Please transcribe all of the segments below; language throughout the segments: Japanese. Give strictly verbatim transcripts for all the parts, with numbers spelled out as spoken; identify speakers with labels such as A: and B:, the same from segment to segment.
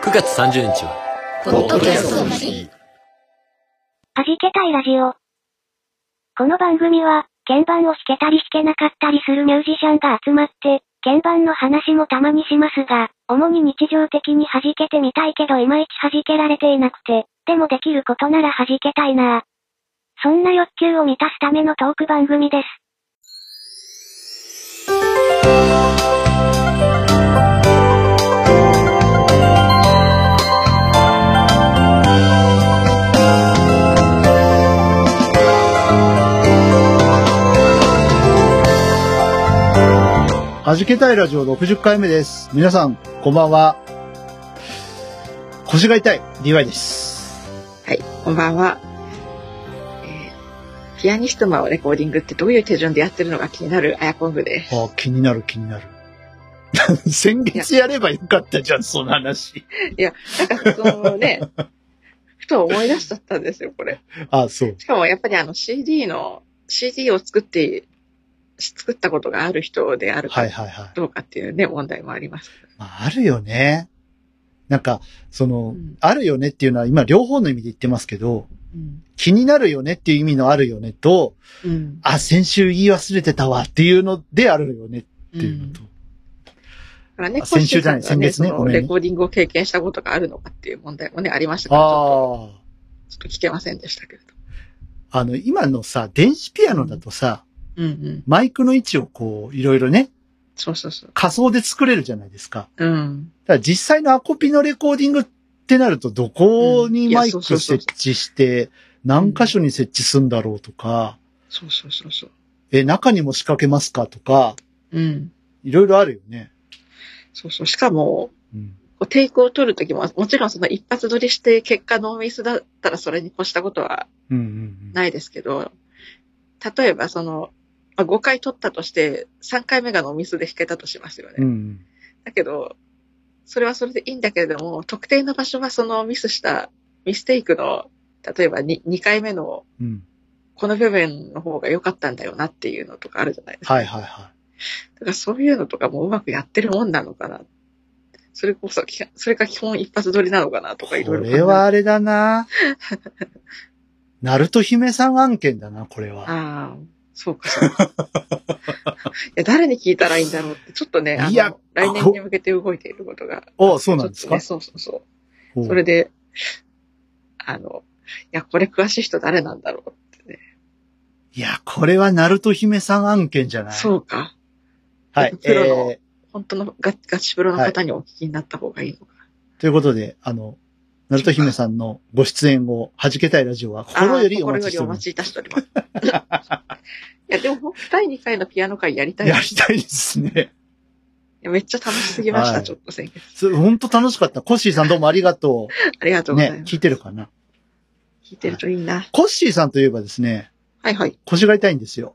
A: くがつさんじゅうにちは、
B: ポッドキャストの日。
C: はじけたいラジオ。この番組は、鍵盤を弾けたり弾けなかったりするミュージシャンが集まって、鍵盤の話もたまにしますが、主に日常的に弾けてみたいけどいまいち弾けられていなくて、でもできることなら弾けたいなぁ。そんな欲求を満たすためのトーク番組です。
D: はじけたいラジオろくじゅっかいめです。皆さん、こんばんは。腰が痛い ディーワイ です。
B: はい、こんばんは。えー、ピアニストマをレコーディングってどういう手順でやってるのが気になるあやこんぐです。
D: あ、気になる気になる。先月やればよかったじゃん、その話。
B: いや、なんかそのね、ふと思い出しちゃったんですよ、これ。
D: あ、そう。
B: しかもやっぱりあの シーディー の、シーディー を作って、作ったことがある人であるかどうかっていうね、問題もあります。
D: まあ、あるよね。なんか、その、
B: うん、
D: あるよねっていうのは今両方の意味で言ってますけど、
B: うん、
D: 気になるよねっていう意味のあるよねと、
B: うん、
D: あ、先週言い忘れてたわっていうのであるよねっていうのと。うん、
B: だからね、
D: 先週じゃない、先月ね。
B: そのレコーディングを経験したことがあるのかっていう問題もね、ありましたから、ちょっと、ちょっと聞けませんでしたけれど。
D: あの、今のさ、電子ピアノだとさ、
B: うんうん、
D: マイクの位置をこう、いろいろね。
B: そうそうそう。
D: 仮想で作れるじゃないですか。
B: うん。
D: だから実際のアコピのレコーディングってなると、どこにマイク設置して、何箇所に設置するんだろうとか。
B: そうそうそうそう。
D: え、中にも仕掛けますかとか。
B: うん。
D: いろいろあるよね。
B: そうそう。しかも、
D: うん、
B: こうテイクを取るときも、もちろんその一発撮りして結果ノーミスだったらそれに越したことはないですけど、うんうんうん、例えばその、まあ、ごかい撮ったとしてさんかいめがノーミスで弾けたとしますよね。
D: うんうん、
B: だけど、それはそれでいいんだけれども、特定の場所はそのミスしたミステイクの、例えば 2, 2回目のこの部分の方が良かったんだよなっていうのとかあるじゃないですか。
D: はいはいはい。
B: だからそういうのとかもうまくやってるもんなのかな。それこそ、それか基本一発撮りなのかなとかいろいろ。
D: これはあれだなナルト姫さん案件だな、これは。
B: ああ、そうかそうか。いや、誰に聞いたらいいんだろうって、ちょっとね、あの、いや来年に向けて動いていることが。
D: ああ、そうなんですか、
B: ね、そうそうそう。それで、あの、いや、これ詳しい人誰なんだろうってね。
D: いや、これはナルト姫さん案件じゃない。
B: そうか。
D: はい。
B: プロの、えー、本当のガガチプロの方にお聞きになった方がいいのか。はい、
D: ということで、あの、ナルト姫さんのご出演を弾けたいラジオは心よりお待ちしております。
B: 心よりお待ちいたしております。いや、でも、だいにかいのピアノ会やりたい
D: です。やりたいですね。
B: いやめっちゃ楽しすぎました、はい、ちょっと先
D: 月。本当楽しかった。コッシーさんどうもありがとう。
B: ありがとうございます。
D: ね、聞いてるかな
B: 聞いてるといいな、はい。
D: コッシーさんといえばですね。
B: はいはい。
D: 腰が痛いんですよ。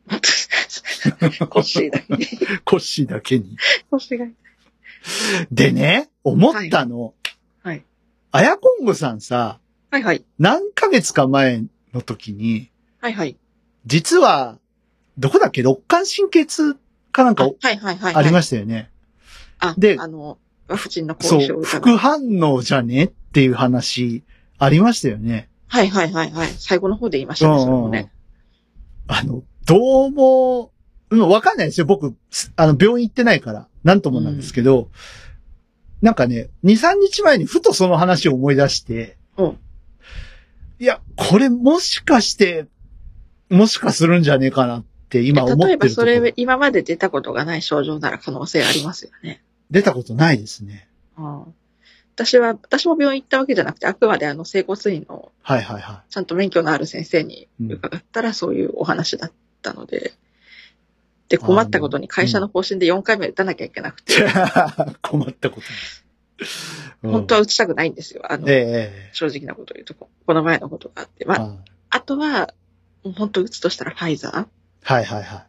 B: コッシーだけに。
D: コッシーだけに。
B: 腰が痛い。
D: でね、思ったの。
B: はい。はい
D: あやこんごさんさ、
B: はいはい。
D: 何ヶ月か前の時に、
B: はいはい。
D: 実は、どこだっけ肋間神経痛かなんか、
B: はいはいはい。
D: ありましたよね。
B: あ、で、あの、ワクチンの後遺症
D: そう、副反応じゃねっていう話、ありましたよね。
B: はいはいはいはい。最後の方で言いましたね、それもね。
D: あの、どうも、うん、わかんないですよ。僕、あの、病院行ってないから、なんともなんですけど、うんなんかね、に、さんにちまえにふとその話を思い出して、
B: うん、
D: いや、これもしかして、もしかするんじゃねえかなって今思ってるところ。
B: 例えばそれ、今まで出たことがない症状なら可能性ありますよね。
D: 出たことないですね。
B: ああ私は、私も病院行ったわけじゃなくて、あくまであの、整骨院の、
D: はいはいはい。
B: ちゃんと免許のある先生に伺ったらそういうお話だったので、で、困ったことに会社の方針でよんかいめ打たなきゃいけなくて。
D: 困ったこと
B: に。本当は打ちたくないんですよ。あの、
D: えー、
B: 正直なこと言うと、この前のことがあって。まあ、あとは、本当打つとしたらファイザー。
D: はいはいはい。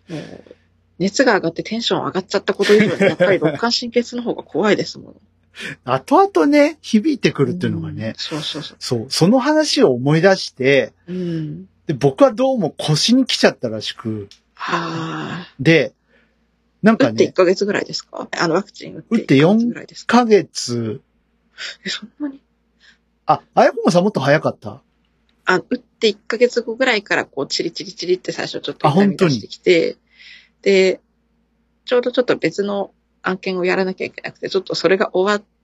B: もう熱が上がってテンション上がっちゃったこと以上に、やっぱり肋間神経痛の方が怖いですもん。
D: 後々ね、響いてくるっていうのがね。
B: うん、そうそうそう。
D: そう、その話を思い出して、
B: うん
D: で僕はどうも腰に来ちゃったらしく。
B: はあ。
D: で、 なんかね。
B: 打っていっかげつぐらいですか？あのワクチン
D: 打ってよんかげつ。
B: え、そんなに？
D: あ、あやこもさんもっと早かった？
B: あ、打っていっかげつごぐらいからこう、チリチリチリって最初ちょっと痛み出してきて、で、ちょうどちょっと別の案件をやらなきゃいけなくて、ちょっとそれが終わった、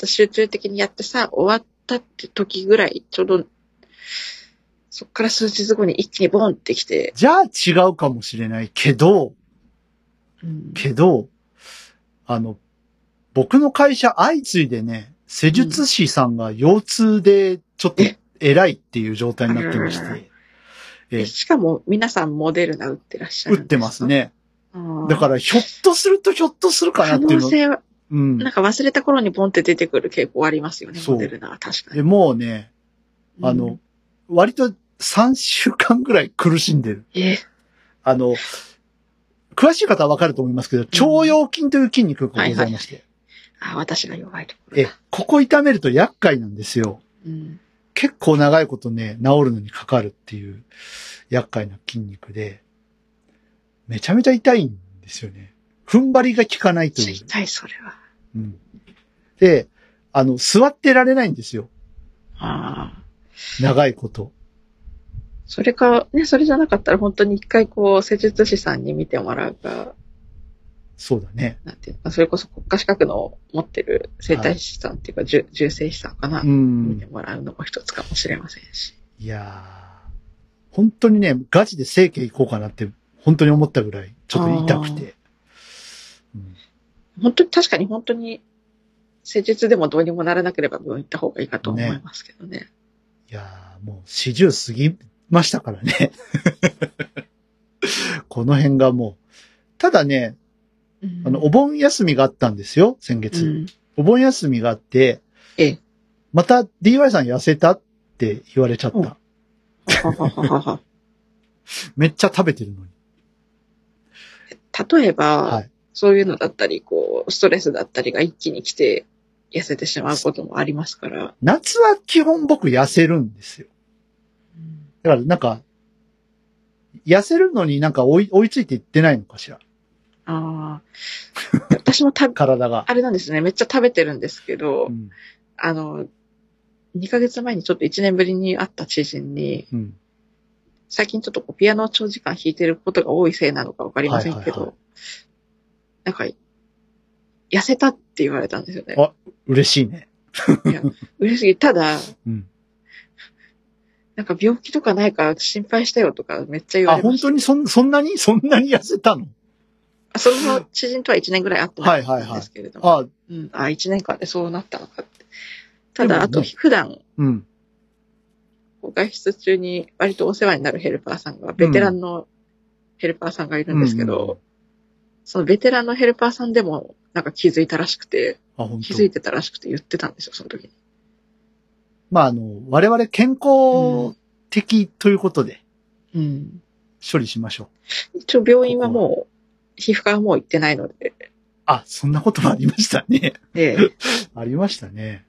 B: 集中的にやってさ、終わったって時ぐらい、ちょうど、そっから数日後に一気にボンってきて。
D: じゃあ違うかもしれないけど、うん、けど、あの、僕の会社相次いでね、施術師さんが腰痛でちょっと偉いっていう状態になってまして。
B: えしかも皆さんモデルナ打ってらっしゃるんですか？打って
D: ますね。だからひょっとするとひょっとするかなっていうの。
B: 可能性は、うん、なんか忘れた頃にポンって出てくる傾向ありますよね、モデルナは確かに。
D: でもうね、あの、うん、割とさんしゅうかんぐらい苦しんでる。
B: え
D: あの、詳しい方はわかると思いますけど、腸腰筋という筋肉がございまして。うん
B: はいはい、あ、私が弱いところ。
D: え、ここ痛めると厄介なんですよ。
B: うん、
D: 結構長いことね、治るのにかかるっていう厄介な筋肉で、めちゃめちゃ痛いんですよね。踏ん張りが効かないという。
B: 痛い、それは。
D: うん。で、あの、座ってられないんですよ。
B: ああ。
D: 長いこと。
B: それか、ね、それじゃなかったら本当に一回こう、施術師さんに見てもらうか。
D: そうだね。
B: なんていうか、それこそ国家資格の持ってる整体師さんっていうか、重整師さんかな。うん。見てもらうのも一つかもしれませんし。
D: いやー、本当にね、ガチで整形行こうかなって、本当に思ったぐらい、ちょっと痛くて。
B: うん、本当に、確かに本当に、施術でもどうにもならなければ病院行った方がいいかと思いますけどね。ね
D: いやー、もう四十過ぎましたからね。この辺がもう。ただね、うん、あの、お盆休みがあったんですよ、先月。うん、お盆休みがあって、
B: ええ、ま
D: た ディーワイ さん痩せたって言われちゃった。めっちゃ食べてるのに。
B: 例えば、はい、そういうのだったり、こう、ストレスだったりが一気に来て、痩せてしまうこともありますから。
D: 夏は基本僕痩せるんですよ。だからなんか、痩せるのになんか追い、追いついていってないのかしら。
B: ああ。私もた、
D: 体が。
B: あれなんですね。めっちゃ食べてるんですけど、うん、あの、にかげつまえにちょっといちねんぶりに会った知人に、うん、最近ちょっとこうピアノを長時間弾いてることが多いせいなのかわかりませんけど、はいはいはい、なんか、痩せたって言われたんですよね。
D: あ、嬉しいね。
B: いや、嬉しい。ただ、うん、なんか病気とかないから心配したよとかめっちゃ言われました。
D: あ、本当にそんそんなにそんなに痩せたの？
B: その知人とはいちねんぐらい会ってなかったんですけれども。はいはいはい、あ、うん、あ、いちねんかんでそうなったのかって。ただ、あと、普段、うん、外出中に割とお世話になるヘルパーさんが、ベテランのヘルパーさんがいるんですけど、うんうん、そのベテランのヘルパーさんでもなんか気づいたらしくて、気づいてたらしくて言ってたんですよ、その時に。
D: まあ、あの、我々健康的ということで、
B: うん。
D: 処理しましょ
B: う。一応病院はもう、皮膚科はもう行ってないので。
D: あ、そんなこともありましたね。
B: ええ。
D: ありましたね。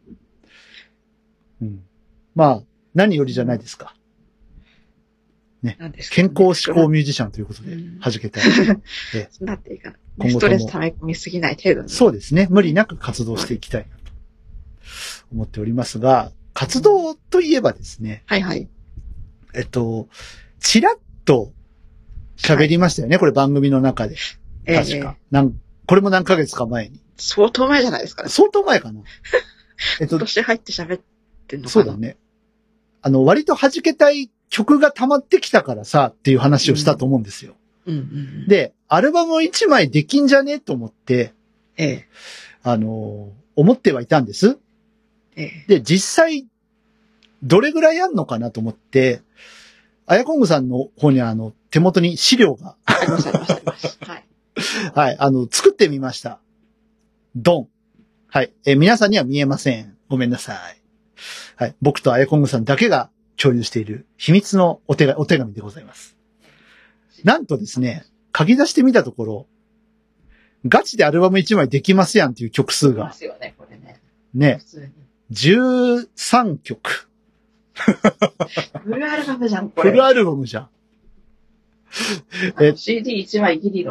D: うん。まあ、何よりじゃないですか。ね。ね、健康志向ミュージシャンということで、はじけたい。
B: ええ、なっていかない。ストレス溜め込みすぎない程度に。
D: そうですね。無理なく活動していきたいなと思っておりますが、活動といえばですね。
B: はいはい。
D: えっと、ちらっと喋りましたよね、はい、これ番組の中で。確か。ええ、なんこれも何ヶ月か前に。
B: 相当前じゃないですかね。
D: 相当前かな。
B: えっと、今年入って喋ってんのかな。
D: そうだね。あの、割と弾けたい曲が溜まってきたからさ、っていう話をしたと思うんですよ。
B: うんうんうん、
D: で、アルバムいちまいできんじゃねと思って、
B: ええ、
D: あの、思ってはいたんです。
B: ええ、
D: で、実際、どれぐらいあんのかなと思って、あやこんぐさんの方には、あの、手元に資料が。
B: あります、あります、あります。はい。
D: はい、あの、作ってみました。ドン。はい。え、皆さんには見えません。ごめんなさい。はい。僕とあやこんぐさんだけが共有している秘密のお手が、お手紙でございます。なんとですね、書き出してみたところ、ガチでアルバムいちまいできますやんっていう曲数が。
B: ですよね、これね。
D: ね。じゅうさんきょく。
B: フルアルバムじゃん、これ。
D: フルアルバムじゃん。
B: え シーディーいち 枚ギリの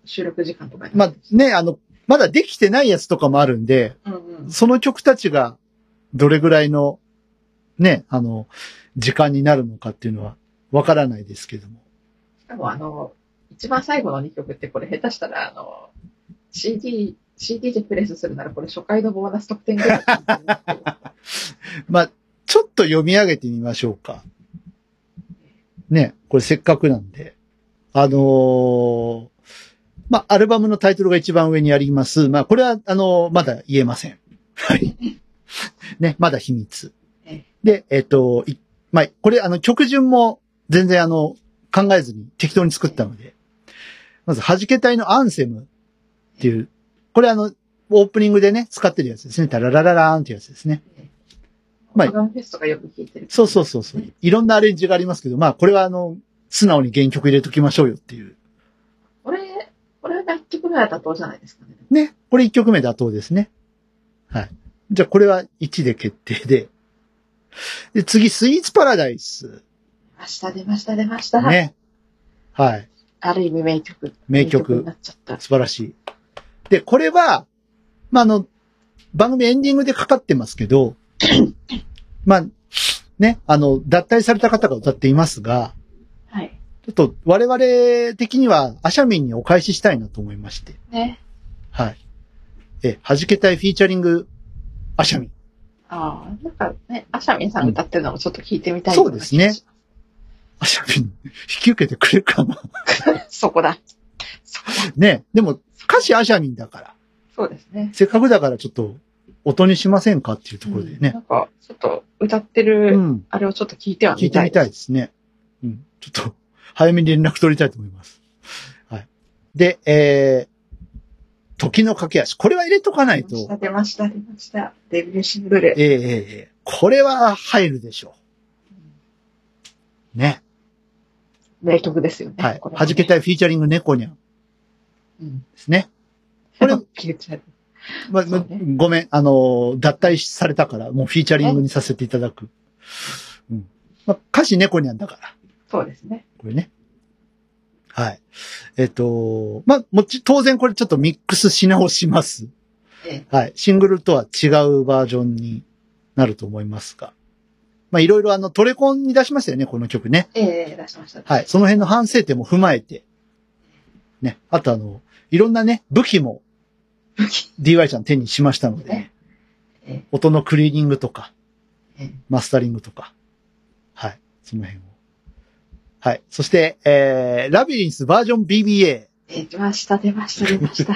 B: 収録時間とかに。
D: まあね、あの、まだできてないやつとかもあるんで、
B: うんうん、
D: その曲たちがどれぐらいの、ね、あの、時間になるのかっていうのはわからないですけども。
B: しかもあの、一番最後のにきょくってこれ下手したら、あの、シーディー、シーディー でプレスするならこれ初回のボーナス特典ぐらい。
D: まあ、ちょっと読み上げてみましょうか。ね、これせっかくなんで。あのー、まあ、アルバムのタイトルが一番上にあります。まあ、これは、あのー、まだ言えません。はい。ね、まだ秘密。で、えっと、いまあ、これ、あの、曲順も全然あの、考えずに適当に作ったので、まず、弾け隊のアンセムっていう、これあの、オープニングでね、使ってるやつですね。タララララーンっていうやつですね。
B: まあ、フェスとかよく聞いてる。
D: そうそうそうそう。いろんなアレンジがありますけど、まあ、これはあの、素直に原曲入れときましょうよっていう。
B: これ、これがいっきょくめは妥当じゃないですかね。
D: ね。これいっきょくめ妥当ですね。はい。じゃあ、これはいちで決定で。で、次、スイーツパラダイス。
B: 明日出ました、出ました。
D: ね。はい。
B: ある意味名曲。
D: 名曲。名曲に
B: なっちゃった。
D: 素晴らしい。で、これは、まあ、あの、番組エンディングでかかってますけど、まあ、ね、あの、脱退された方が歌っていますが、
B: はい。
D: ちょっと我々的にはアシャミンにお返ししたいなと思いまして。
B: ね。
D: はい。え、弾けたいフィーチャリングアシャミン。
B: ああ、なんかね、アシャミンさん歌ってるのもちょっと聞いてみたい、
D: うん、そうですね。アシャミン、引き受けてくれるかな
B: そこだ。そこだ。
D: ね、でも歌詞アシャミンだから。
B: そうですね。
D: せっかくだからちょっと音にしませんかっていうところでね。うん、
B: なんか、ちょっと歌ってる、あれをちょっと聞いてはみたい、
D: 聞いてみたいですね。うん。ちょっと、早めに連絡取りたいと思います。はい。で、えー、時の駆け足。これは入れとかないと。
B: 出ました、出ました。デビューシングル。
D: ええええこれは入るでしょう。ね。
B: 名曲ですよね。
D: はい。弾けたいフィーチャリング猫にゃん。うん。ですね。これ、まあ、ね、ごめん、あの、脱退されたから、もうフィーチャリングにさせていただく。うん。まあ、歌詞猫にゃんだから。
B: そうですね。
D: これね。はい。えっと、まあ、もち、当然これちょっとミックスし直します。
B: え
D: えはい。シングルとは違うバージョンになると思いますが。まあ、いろいろあの、トレコンに出しましたよね、この曲ね。
B: ええー、出しました。
D: はい。その辺の反省点も踏まえて。ね。あとあの、いろんなね、武器も、ディーワイ ちゃん手にしましたので、ええ、音のクリーニングとか、ええ、マスタリングとか。はい。その辺を。はい。そして、えー、ラビリンスバージョン ビービーエ
B: ー。出ました、出ました、出ました。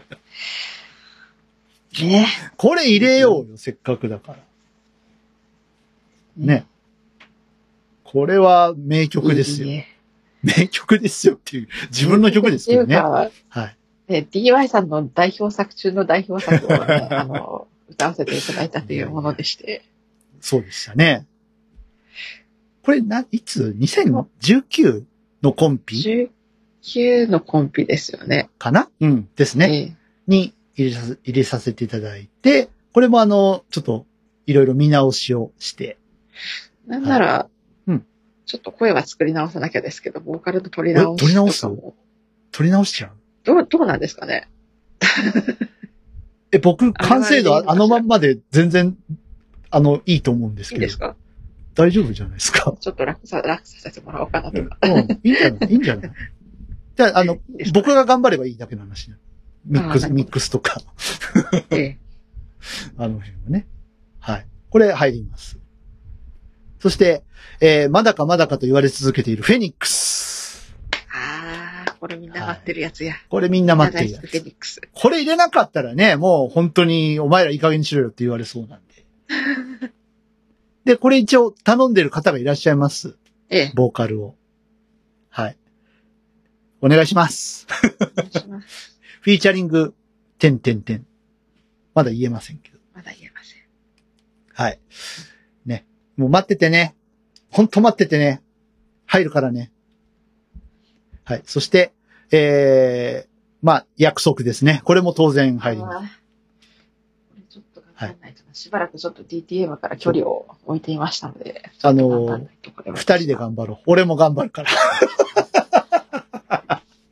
B: ね
D: これ入れようよ、せっかくだから。ね。これは名曲ですよ。いいね、名曲ですよっていう、自分の曲ですけどね。はい。
B: ね、ディーワイ さんの代表作中の代表作をね、あの、歌わせていただいたというものでして。
D: そうでしたね。これ、な、いつ ?にせんじゅうきゅう のコンピ ?
B: じゅうきゅう のコンピですよね。
D: かなうん。ですね。ええ、に入れさせ、入れさせていただいて、これもあの、ちょっと、いろいろ見直しをして。
B: なんなら、はい、うん。ちょっと声は作り直さなきゃですけど、ボーカルの取り直しとかも。
D: 取り直す取り直しちゃう
B: どう、どうなんですかね
D: え、僕、完成度あのまんまで全然、あの、いいと思うんですけど。
B: いいですか
D: 大丈夫じゃないですか。
B: ちょっと楽さ、楽させてもらおうかなとか。
D: うん、いいんじゃないいいんじゃないじゃあ、あの、いいね、僕が頑張ればいいだけの話なミックス、ミックスとか。ええ、あの辺はね。はい。これ入ります。そして、えー、まだかまだかと言われ続けているフェニックス。
B: ああ、これみんな待ってるやつや。はい、
D: これみんな待ってるやつ。
B: フェニックス。
D: これ入れなかったらね、もう本当にお前らいい加減にしろよって言われそうなんで。で、これ一応頼んでる方がいらっしゃいます。
B: ええ。
D: ボーカルを。はい。お願いします。
B: お願いします。
D: フィーチャリング、てんてんてん。まだ言えませんけど。
B: まだ言えません。
D: はい。ね。もう待っててね。ほんと待っててね。入るからね。はい。そして、えー、まあ、約束ですね。これも当然入ります。
B: これちょっと頑張らないとな、はい。しばらくちょっと ディーティーエム から距離を置いていましたので。
D: あのー、二人で頑張ろう。俺も頑張るから。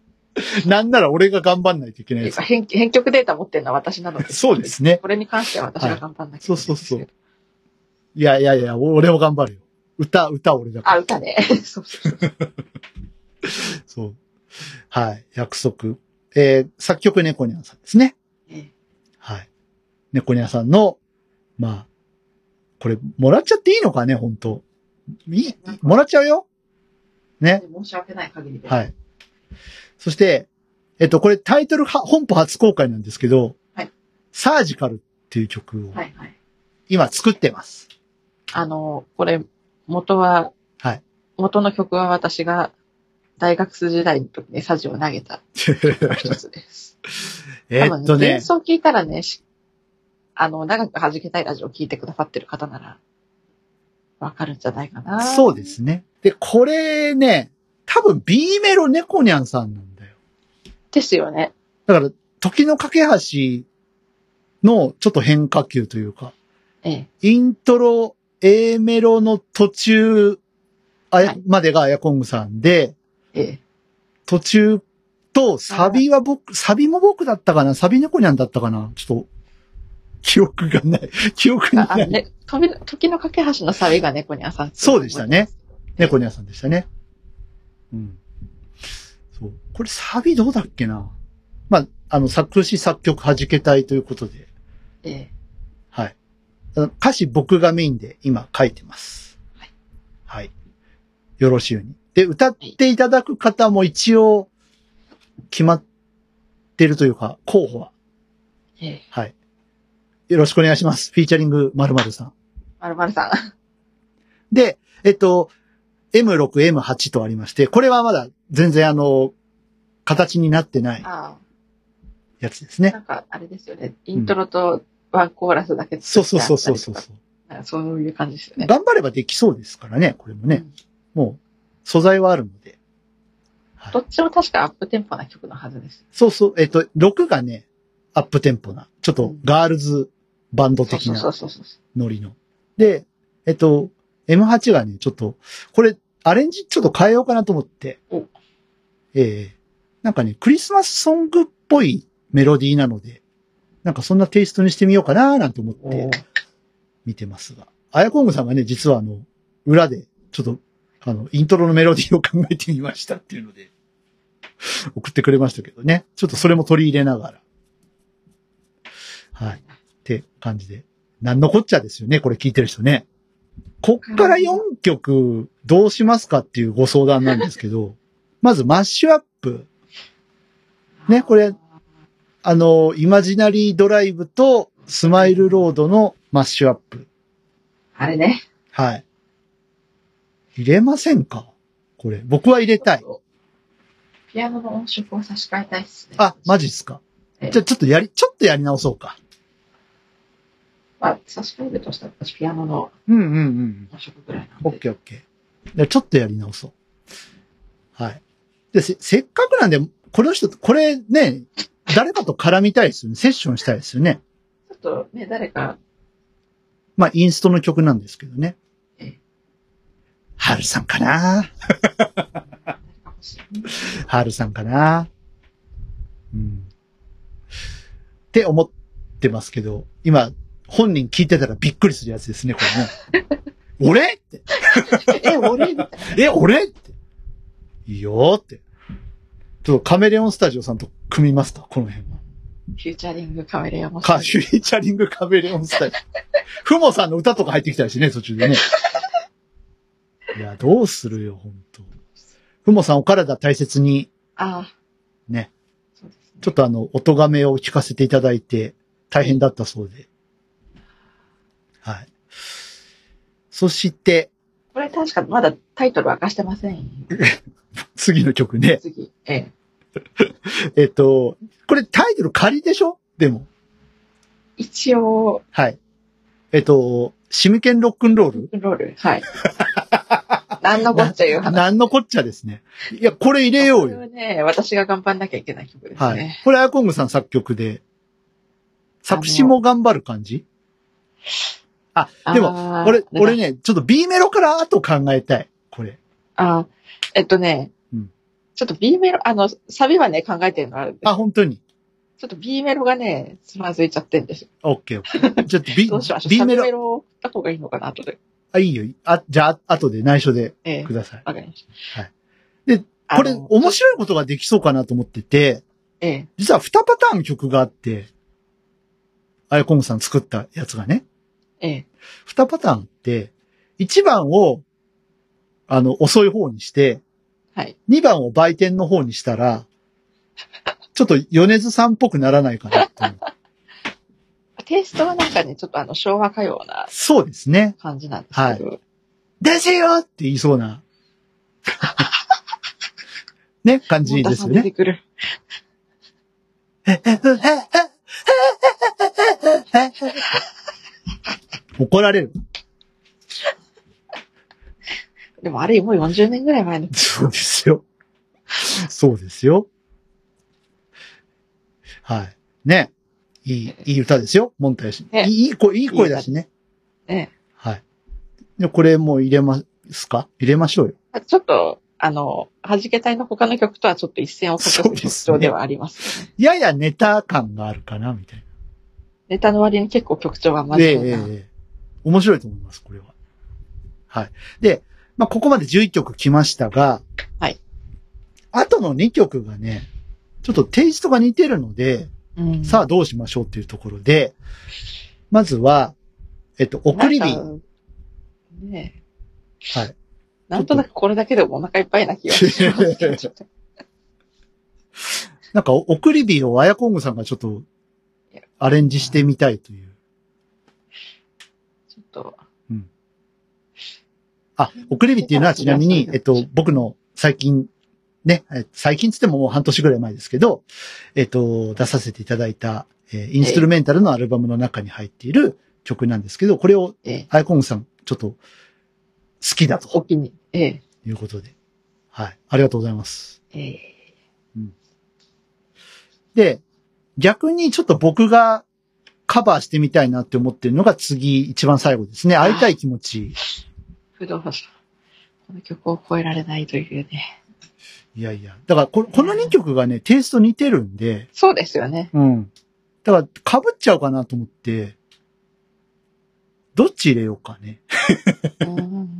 D: なんなら俺が頑張んないといけないです。
B: 編編曲データ持ってるのは私なので。
D: そうですね。
B: これに関しては私が頑張んなきゃいけない、はい。
D: そうそうそう。いやいやいや、俺も頑張るよ。歌、歌俺だから。
B: あ、歌ね。そうそうそう。
D: そう。はい。約束。えー、作曲猫ニャンさんですね。
B: ええ、はい。
D: 猫ニャンさんの、まあ、これ、もらっちゃっていいのかね、本当いい、もらっちゃうよ。ね。
B: 申し訳ない限りで。
D: はい。そして、えっと、これタイトルは、本邦初公開なんですけど、
B: はい。
D: サージカルっていう曲を、
B: はいはい。
D: 今作ってます。
B: あの、これ、元は、
D: はい。
B: 元の曲は私が大学生時代の時にサジを投げた一つです。
D: えっとね。
B: 演奏聞いたらね、あの、長く弾けたいラジオを聞いてくださってる方なら、わかるんじゃないかな。
D: そうですね。で、これね、多分 B メロ猫ニャンさんなんだよ。
B: ですよね。
D: だから、時の架け橋のちょっと変化球というか、
B: ええ、
D: イントロ、A メロの途中、あや、はい、までがアヤコングさんで、
B: ええ、
D: 途中とサビは僕、サビも僕だったかな、サビ猫ニャンだったかな、ちょっと、記憶がない。記憶にない。あ、
B: ね、時の架け橋のサビが猫ニャンさん。
D: そうでしたね。猫ニャンさんでしたね。うん。そう。これサビどうだっけな。まあ、あの、作詞作曲弾けたいということで。
B: ええ。
D: はい。歌詞僕がメインで今書いてます。はい。はい。よろしいように。で、歌っていただく方も一応決まってるというか、候補は。
B: ええ。
D: はい。よろしくお願いします。フィーチャリング〇〇さん。
B: 〇〇さん。
D: で、えっと、エムシックス、エムエイト とありまして、これはまだ全然あの、形になってないやつですね。
B: なんか、あれですよね。イントロとワンコーラスだけ
D: 作ってあったりとか、そうそうそうそうそう。
B: そういう感じですよね。
D: 頑張ればできそうですからね、これもね。うん、もう、素材はあるので、
B: はい。どっちも確かアップテンポな曲のはずです。
D: そうそう。えっと、ろくがね、アップテンポな、ちょっとガールズバンド的なノリの。で、えっと、エムエイト がね、ちょっと、これ、アレンジちょっと変えようかなと思って、ええー、なんかね、クリスマスソングっぽいメロディーなので、なんかそんなテイストにしてみようかななんて思って見てますが。アヤコングさんがね、実はあの、裏で、ちょっと、あの、イントロのメロディーを考えてみましたっていうので、送ってくれましたけどね。ちょっとそれも取り入れながら。はい。って感じで。なんのこっちゃですよね、これ聞いてる人ね。こっからよんきょくどうしますかっていうご相談なんですけど、まずマッシュアップ。ね、これ、あの、イマジナリードライブとスマイルロードのマッシュアップ。
B: あれね。
D: はい。入れませんかこれ。僕は入れたい。
B: ピアノの音色を差し替えたいっすね。
D: あ、マジっすか。じゃあちょっとやり、ちょっとやり直そうか。
B: まあ、差し替えるとしたら私ピアノの
D: うんうんうん。
B: 音色ぐらいなんで。
D: オッケーオッケー。でちょっとやり直そう。はい。で、せ、せっかくなんで、この人、これね、誰かと絡みたいですよね。セッションしたいですよね。
B: ちょっとね、誰か。
D: まあ、インストの曲なんですけどね。ええ。ハルさんかなハルさんかなうん。って思ってますけど、今、本人聞いてたらびっくりするやつですね、これね。俺って。
B: え、俺
D: え、俺って。いいよって。ちょっとカメレオンスタジオさんと組みますか、この辺は。
B: フューチャリングカメレオン
D: スタジオ。フューチャリングカメレオンスタジオ。ふもさんの歌とか入ってきたりしね、途中でね。いや、どうするよ、ほんと。ふもさんお体大切に。
B: ああ。
D: ね。そうですね。ちょっとあの、音がめを聞かせていただいて、大変だったそうで。はい。そして、
B: これ確かまだタイトル明かしてませんよ。
D: 次の曲ね。
B: 次。ええ。
D: えっと、これタイトル仮でしょでも。
B: 一応。
D: はい。えっと、シムケンロックンロール
B: ロックンロール。はい。なんのこっちゃいう話。
D: なんのこっちゃですね。いや、これ入れようよ。
B: これはね、私が頑張んなきゃいけない曲ですね。はい。
D: これアコングさん作曲で、作詞も頑張る感じあ、でも、俺、俺ね、ちょっと B メロから後考えたい。これ。
B: あ、えっとね、うん、 ちょっと B メロ、あの、サビはね、考えてるのあるんです。
D: あ、本当に。
B: ちょっと B メロがね、つまずいちゃってんですよ。
D: オッケーオッケー。ちょっと B、
B: どうしましょう。
D: B メロ。
B: サビメロを送った方がいいのかな、後で。
D: あ、いいよ。あ、じゃあ、後で内緒でください。
B: わ、ええ、かりました。
D: はい。で、これ、面白いことができそうかなと思ってて、
B: ええ、
D: 実はにパターン曲があって、あやこむさん作ったやつがね。
B: ええ。に
D: パターンって、いちばんを、あの、遅い方にして、
B: はい。
D: にばんを売店の方にしたら、ちょっと米津さんっぽくならないかなっていう。
B: テイストはなんかね、ちょっとあの、昭和歌謡な。
D: そうですね。
B: 感じなんですけど。
D: はい。ですよって言いそうな。ね、感じですよね。出てくる。怒られる。
B: でもあれもうよんじゅうねんぐらい前の。
D: そうですよ。そうですよ。はい。ね。いい、いい歌ですよ。モンタヨシ。ね、いい声、いい声だしね。
B: ね。
D: はい。で、これもう入れますか？入れましょうよ。
B: ちょっと、あの、弾け隊の他の曲とはちょっと一線を画す特徴ではありますね。
D: ややネタ感があるかな、みたいな。
B: ネタの割に結構曲調は真面目な。ええ、
D: 面白いと思います、これは。はい。で、まあ、ここまでじゅういっきょく来ましたが、
B: はい。
D: あとのにきょくがね、ちょっとテイストが似てるので、うん、さあどうしましょうっていうところで、まずは、えっと、送り火。
B: ね
D: え。はい。
B: なんとなくこれだけでもお腹いっぱいな気がします。
D: なんか、送り火をあやこんぐさんがちょっと、アレンジしてみたいという。
B: ちょっと。
D: うん。あ、送り火っていうのはちなみに、えっと、僕の最近、ね、最近つってももう半年ぐらい前ですけど、えっと、出させていただいた、えー、インストゥルメンタルのアルバムの中に入っている曲なんですけど、これを、あやこんぐさん、ちょっと、好きだと。
B: お気に。ええ。
D: いうことで。はい。ありがとうございます。
B: ええ。
D: うん。で、逆にちょっと僕がカバーしてみたいなって思ってるのが次、一番最後ですね。会いたい気持ち。
B: 不動産。この曲を超えられないというね。
D: いやいや。だからこ、このにきょくがね、テイスト似てるんで。
B: そうですよね。
D: うん。だから、被っちゃうかなと思って、どっち入れようかね。うん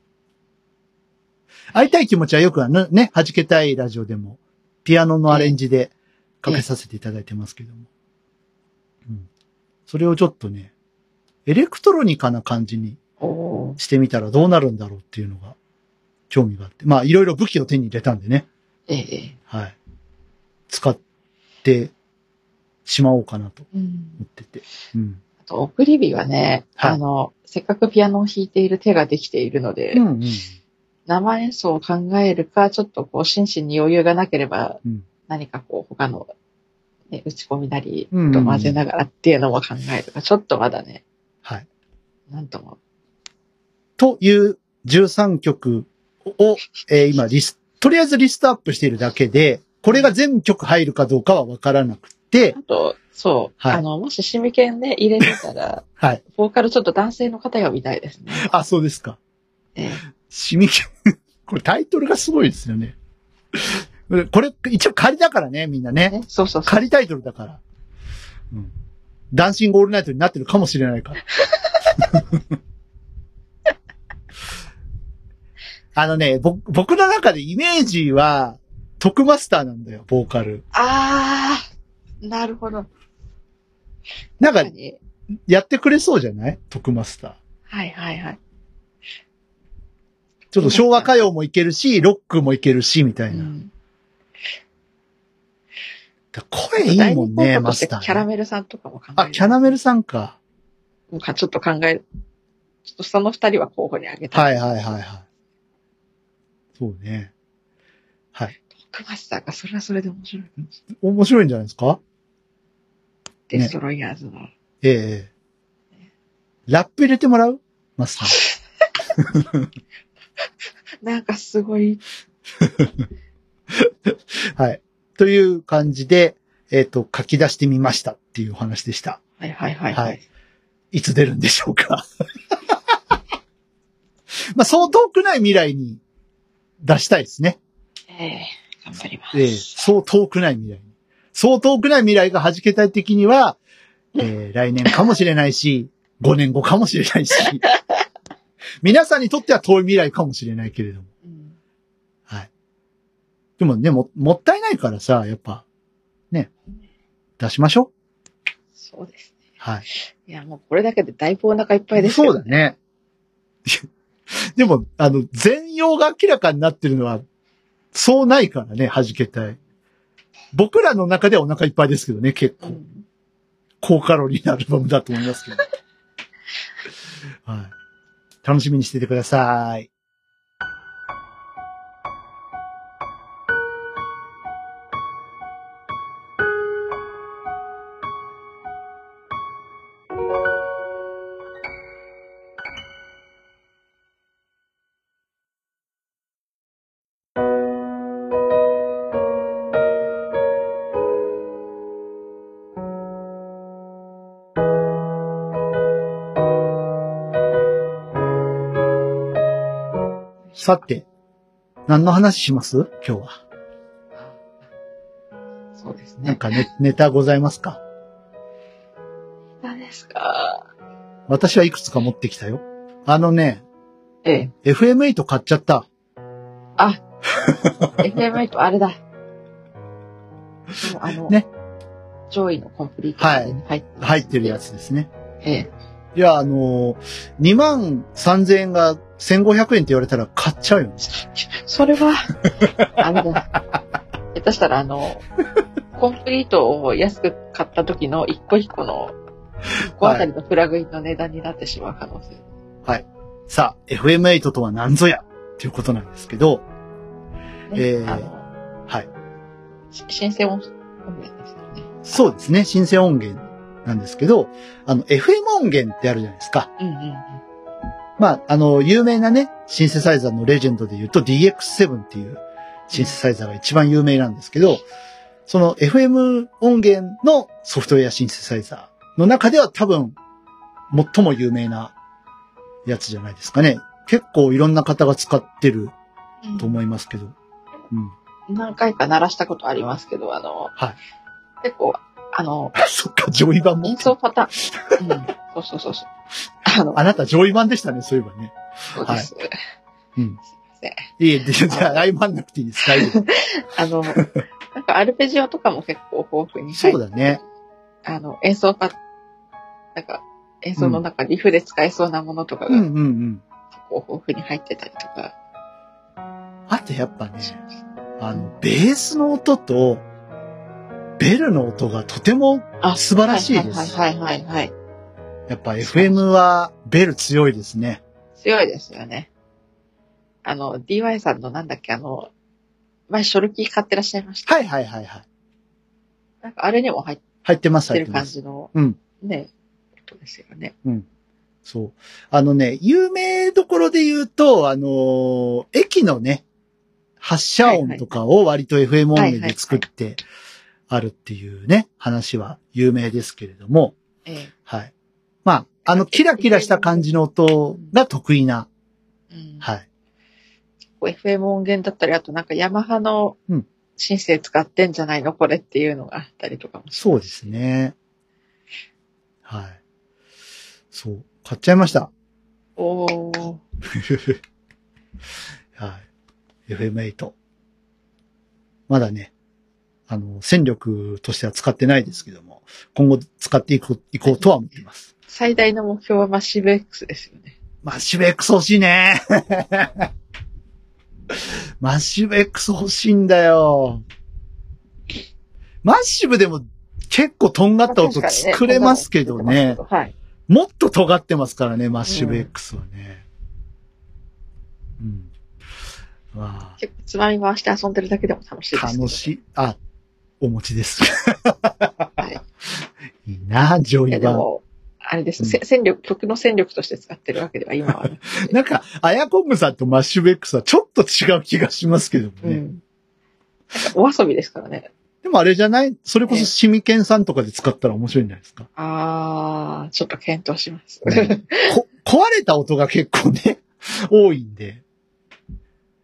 D: 会いたい気持ちはよくあのね、弾けたいラジオでも、ピアノのアレンジでかけさせていただいてますけども。うん。それをちょっとね、エレクトロニカな感じにしてみたらどうなるんだろうっていうのが興味があって。まあ、いろいろ武器を手に入れたんでね。
B: ええ。
D: はい。使ってしまおうかなと思ってて。うん。うん、
B: あと、送り火はね、はい、あの、せっかくピアノを弾いている手ができているので、うんうん、生演奏を考えるか、ちょっとこう、心身に余裕がなければ、うん、何かこう、他の、ね、打ち込みなり、と混ぜながらっていうのも考えるか、ちょっとまだね。
D: はい。
B: なんとも。
D: というじゅうさんきょくを、えー、今リスト、とりあえずリストアップしているだけで、これが全曲入るかどうかはわからなくて。
B: あと、そう。はい、あの、もしシミケンで入れてたら、
D: はい。
B: ボーカルちょっと男性の方が見たいですね。
D: あ、そうですか。
B: ええ。
D: シミケン、これタイトルがすごいですよね。これ、一応仮だからね、みんなね。ね、
B: そうそうそう。
D: 仮タイトルだから。うん。ダンシングオールナイトになってるかもしれないから。あのね、ぼ、僕の中でイメージは、トクマスターなんだよ、ボーカル。
B: あー、なるほど。
D: なんか、やってくれそうじゃないトクマスター。
B: はいはいはい。
D: ちょっと昭和歌謡もいけるし、ロックもいけるし、みたいな。うん、声いいもんね、マスター、ね。
B: キャラメルさんとかも考える。
D: あ、キャラメルさんか。
B: ちょっと考える。ちょっとその二人は候補に挙げた
D: い。はいはいはいはい。そうね。はい。
B: トクマスターか、それはそれで面白い。
D: 面白いんじゃないですか？
B: デストロイヤーズの。ね、
D: ええ。ラップ入れてもらう？マスター。
B: なんかすごい。
D: はい。という感じで、えっと、書き出してみましたっていうお話でした。
B: はいはいはい、はい。はい。
D: いつ出るんでしょうか。まあ、そう遠くない未来に出したいですね。
B: ええ頑張ります。
D: ええ、そう遠くない未来に。そう遠くない未来が弾けたい的には、えー、来年かもしれないし、ごねんごかもしれないし、皆さんにとっては遠い未来かもしれないけれども。うん、はい。でもね、も、もったいないからさ、やっぱ、ね、出しましょう。
B: そうですね。
D: はい。
B: いや、もうこれだけでだいぶお腹いっぱいですよね。
D: そうだね。でも、あの、全容が明らかになってるのは、そうないからね、弾けたい。僕らの中ではお腹いっぱいですけどね、結構。うん、高カロリーなアルバムだと思いますけど。はい。楽しみにしててください。さて、何の話します今日は。
B: そうですね。
D: なんかネ、ネタございますか？
B: 何ですか？
D: 私はいくつか持ってきたよ。あのね、
B: ええ。
D: エフエムエイト 買っちゃった。
B: あ、エフエムエイト あれだ。あの、ね。上位のコンプリートに入って、
D: はい、入ってるやつですね。
B: ええ。
D: いや、あのー、にまんさんぜんえんがせんごひゃくえんって言われたら買っちゃうよね。
B: それは、あれだ。下手したらあの、コンプリートを安く買った時の一個一個の、一個あたりのプラグインの値段になってしまう可能性。
D: はい。さあ、エフエムエイト とは何ぞやっていうことなんですけど、ね、えー、はい。
B: 申請音源ですよね。
D: そうですね、申請音源なんですけど、あの、エフエム 音源ってあるじゃないですか。
B: うんうんうん。
D: まあ、あの、有名なね、シンセサイザーのレジェンドで言うと ディーエックスセブン っていうシンセサイザーが一番有名なんですけど、その エフエム 音源のソフトウェアシンセサイザーの中では多分、最も有名なやつじゃないですかね。結構いろんな方が使ってると思いますけど。
B: うん。うん、何回か鳴らしたことありますけど、あの、
D: はい。
B: 結構、あの、
D: そっか、上位版も。
B: 演奏パターン。うん。そうそうそうそう。
D: あの、あなた上位版でしたね、そういえばね。
B: そうです。はい。
D: うん。すいません。いえ、じゃあ、謝んなくていいです。大丈夫。
B: あの、なんかアルペジオとかも結構豊富に入って。
D: そうだね。
B: あの、演奏パ、なんか、演奏の中、リフで使えそうなものとかが、うんうんうん。結構豊富に入ってたりとか。
D: あとやっぱね、あの、ベースの音と、ベルの音がとても素晴らしいです。
B: はいはいはいはい、はい。
D: やっぱ エフエム はベル強いですね。
B: 強いですよね。あの、ディーワイ さんのなんだっけ、あの、前ショルキー買ってらっしゃいました。
D: はいはいはいはい。
B: なんかあれにも入って
D: 入ってます、
B: 入ってる感じの、
D: うん。
B: ね、音ですよね。
D: うん。そう。あのね、有名どころで言うと、あのー、駅のね、発車音とかを割と エフエム 音源で作ってあるっていうね、話は有名ですけれども、
B: ええ、
D: はい。まあ、あの、キラキラした感じの音が得意な、
B: うん、
D: はい。
B: エフエム 音源だったり、あとなんかヤマハのシンセ使ってんじゃないのこれっていうのがあったりとかもします。
D: そうですね。はい。そう。買っちゃいました。
B: おー。
D: はい。エフエムエイト。まだね、あの、戦力としては使ってないですけども、今後使っていこう、いこうとは思っています。
B: 最大の目標はマッシブ X ですよね。
D: マッシブ X 欲しいね。マッシブ X 欲しいんだよ。マッシブでも結構とんがった音作れますけどね。
B: はい。
D: もっと尖ってますからね、マッシブ X はね。うん。うん、わ
B: 結構つまみ回して遊んでるだけでも楽しいです、ね。
D: 楽しい。あ、お持ちです。はい。いいな、上位版。
B: あれです、うん、戦力、曲の戦力として使ってるわけでは今はね。
D: なんか、アヤコングさんとマッシュブ X はちょっと違う気がしますけどもね。うん、
B: なんかお遊びですからね。
D: でもあれじゃないそれこそシミケンさんとかで使ったら面白いんじゃないですか。
B: あー、ちょっと検討します。
D: ね、こ壊れた音が結構ね、多いんで。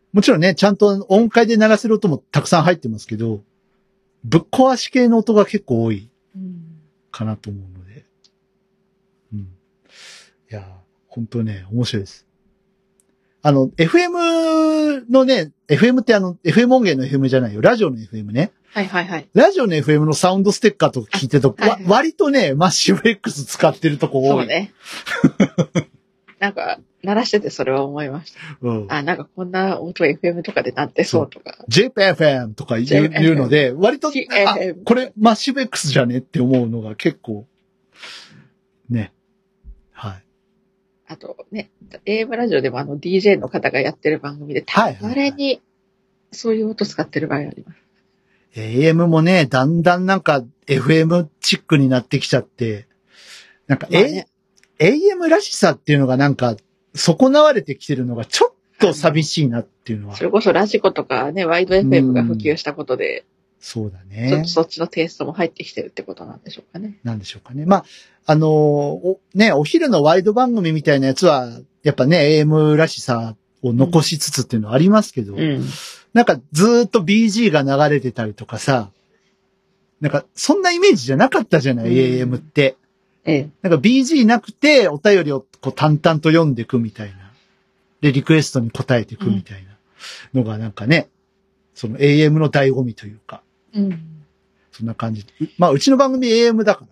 D: もちろんね、ちゃんと音階で鳴らせる音もたくさん入ってますけど、ぶっ壊し系の音が結構多いかなと思うので。うん。いやー、ほんとね、面白いです。あの、エフエム のね、エフエム ってあの、エフエム 音源の エフエム じゃないよ。ラジオの エフエム ね。
B: はいはいはい。
D: ラジオの エフエム のサウンドステッカーとか聞いてると、はいはい、割とね、マッシブ X 使ってるとこ多い。
B: そうね。なんか、鳴らしててそれは思いました。うん、あ、なんかこんな音 エフエム とかでなってそうとか。
D: ジェイピーエフエム とか言う, 言うので、割と、あ、これマッシブ X じゃねって思うのが結構、ね。はい。
B: あとね、エーエム ラジオでもあの ディージェー の方がやってる番組で、たまにそういう音使ってる場合あります。
D: エーエム もね、だんだんなんか エフエム チックになってきちゃって、なんか、まあね、エーエム らしさっていうのがなんか、損なわれてきてるのがちょっと寂しいなっていうのは。
B: それこそラジコとかね、ワイド エフエム が普及したことで、
D: そうだね。
B: ちょっとそっちのテイストも入ってきてるってことなんでしょうかね。
D: なんでしょうかね。まあ、あのー、お、ね、お昼のワイド番組みたいなやつは、やっぱね、エーエム らしさを残しつつっていうのはありますけど、うん、なんかずーっと ビージー が流れてたりとかさ、なんかそんなイメージじゃなかったじゃない、うん、エーエム って。
B: ええ。
D: なんか ビージー なくてお便りをこう淡々と読んでいくみたいな。で、リクエストに答えていくみたいなのがなんかね、その エーエム の醍醐味というか。
B: うん。
D: そんな感じ。まあ、うちの番組 エーエム だから。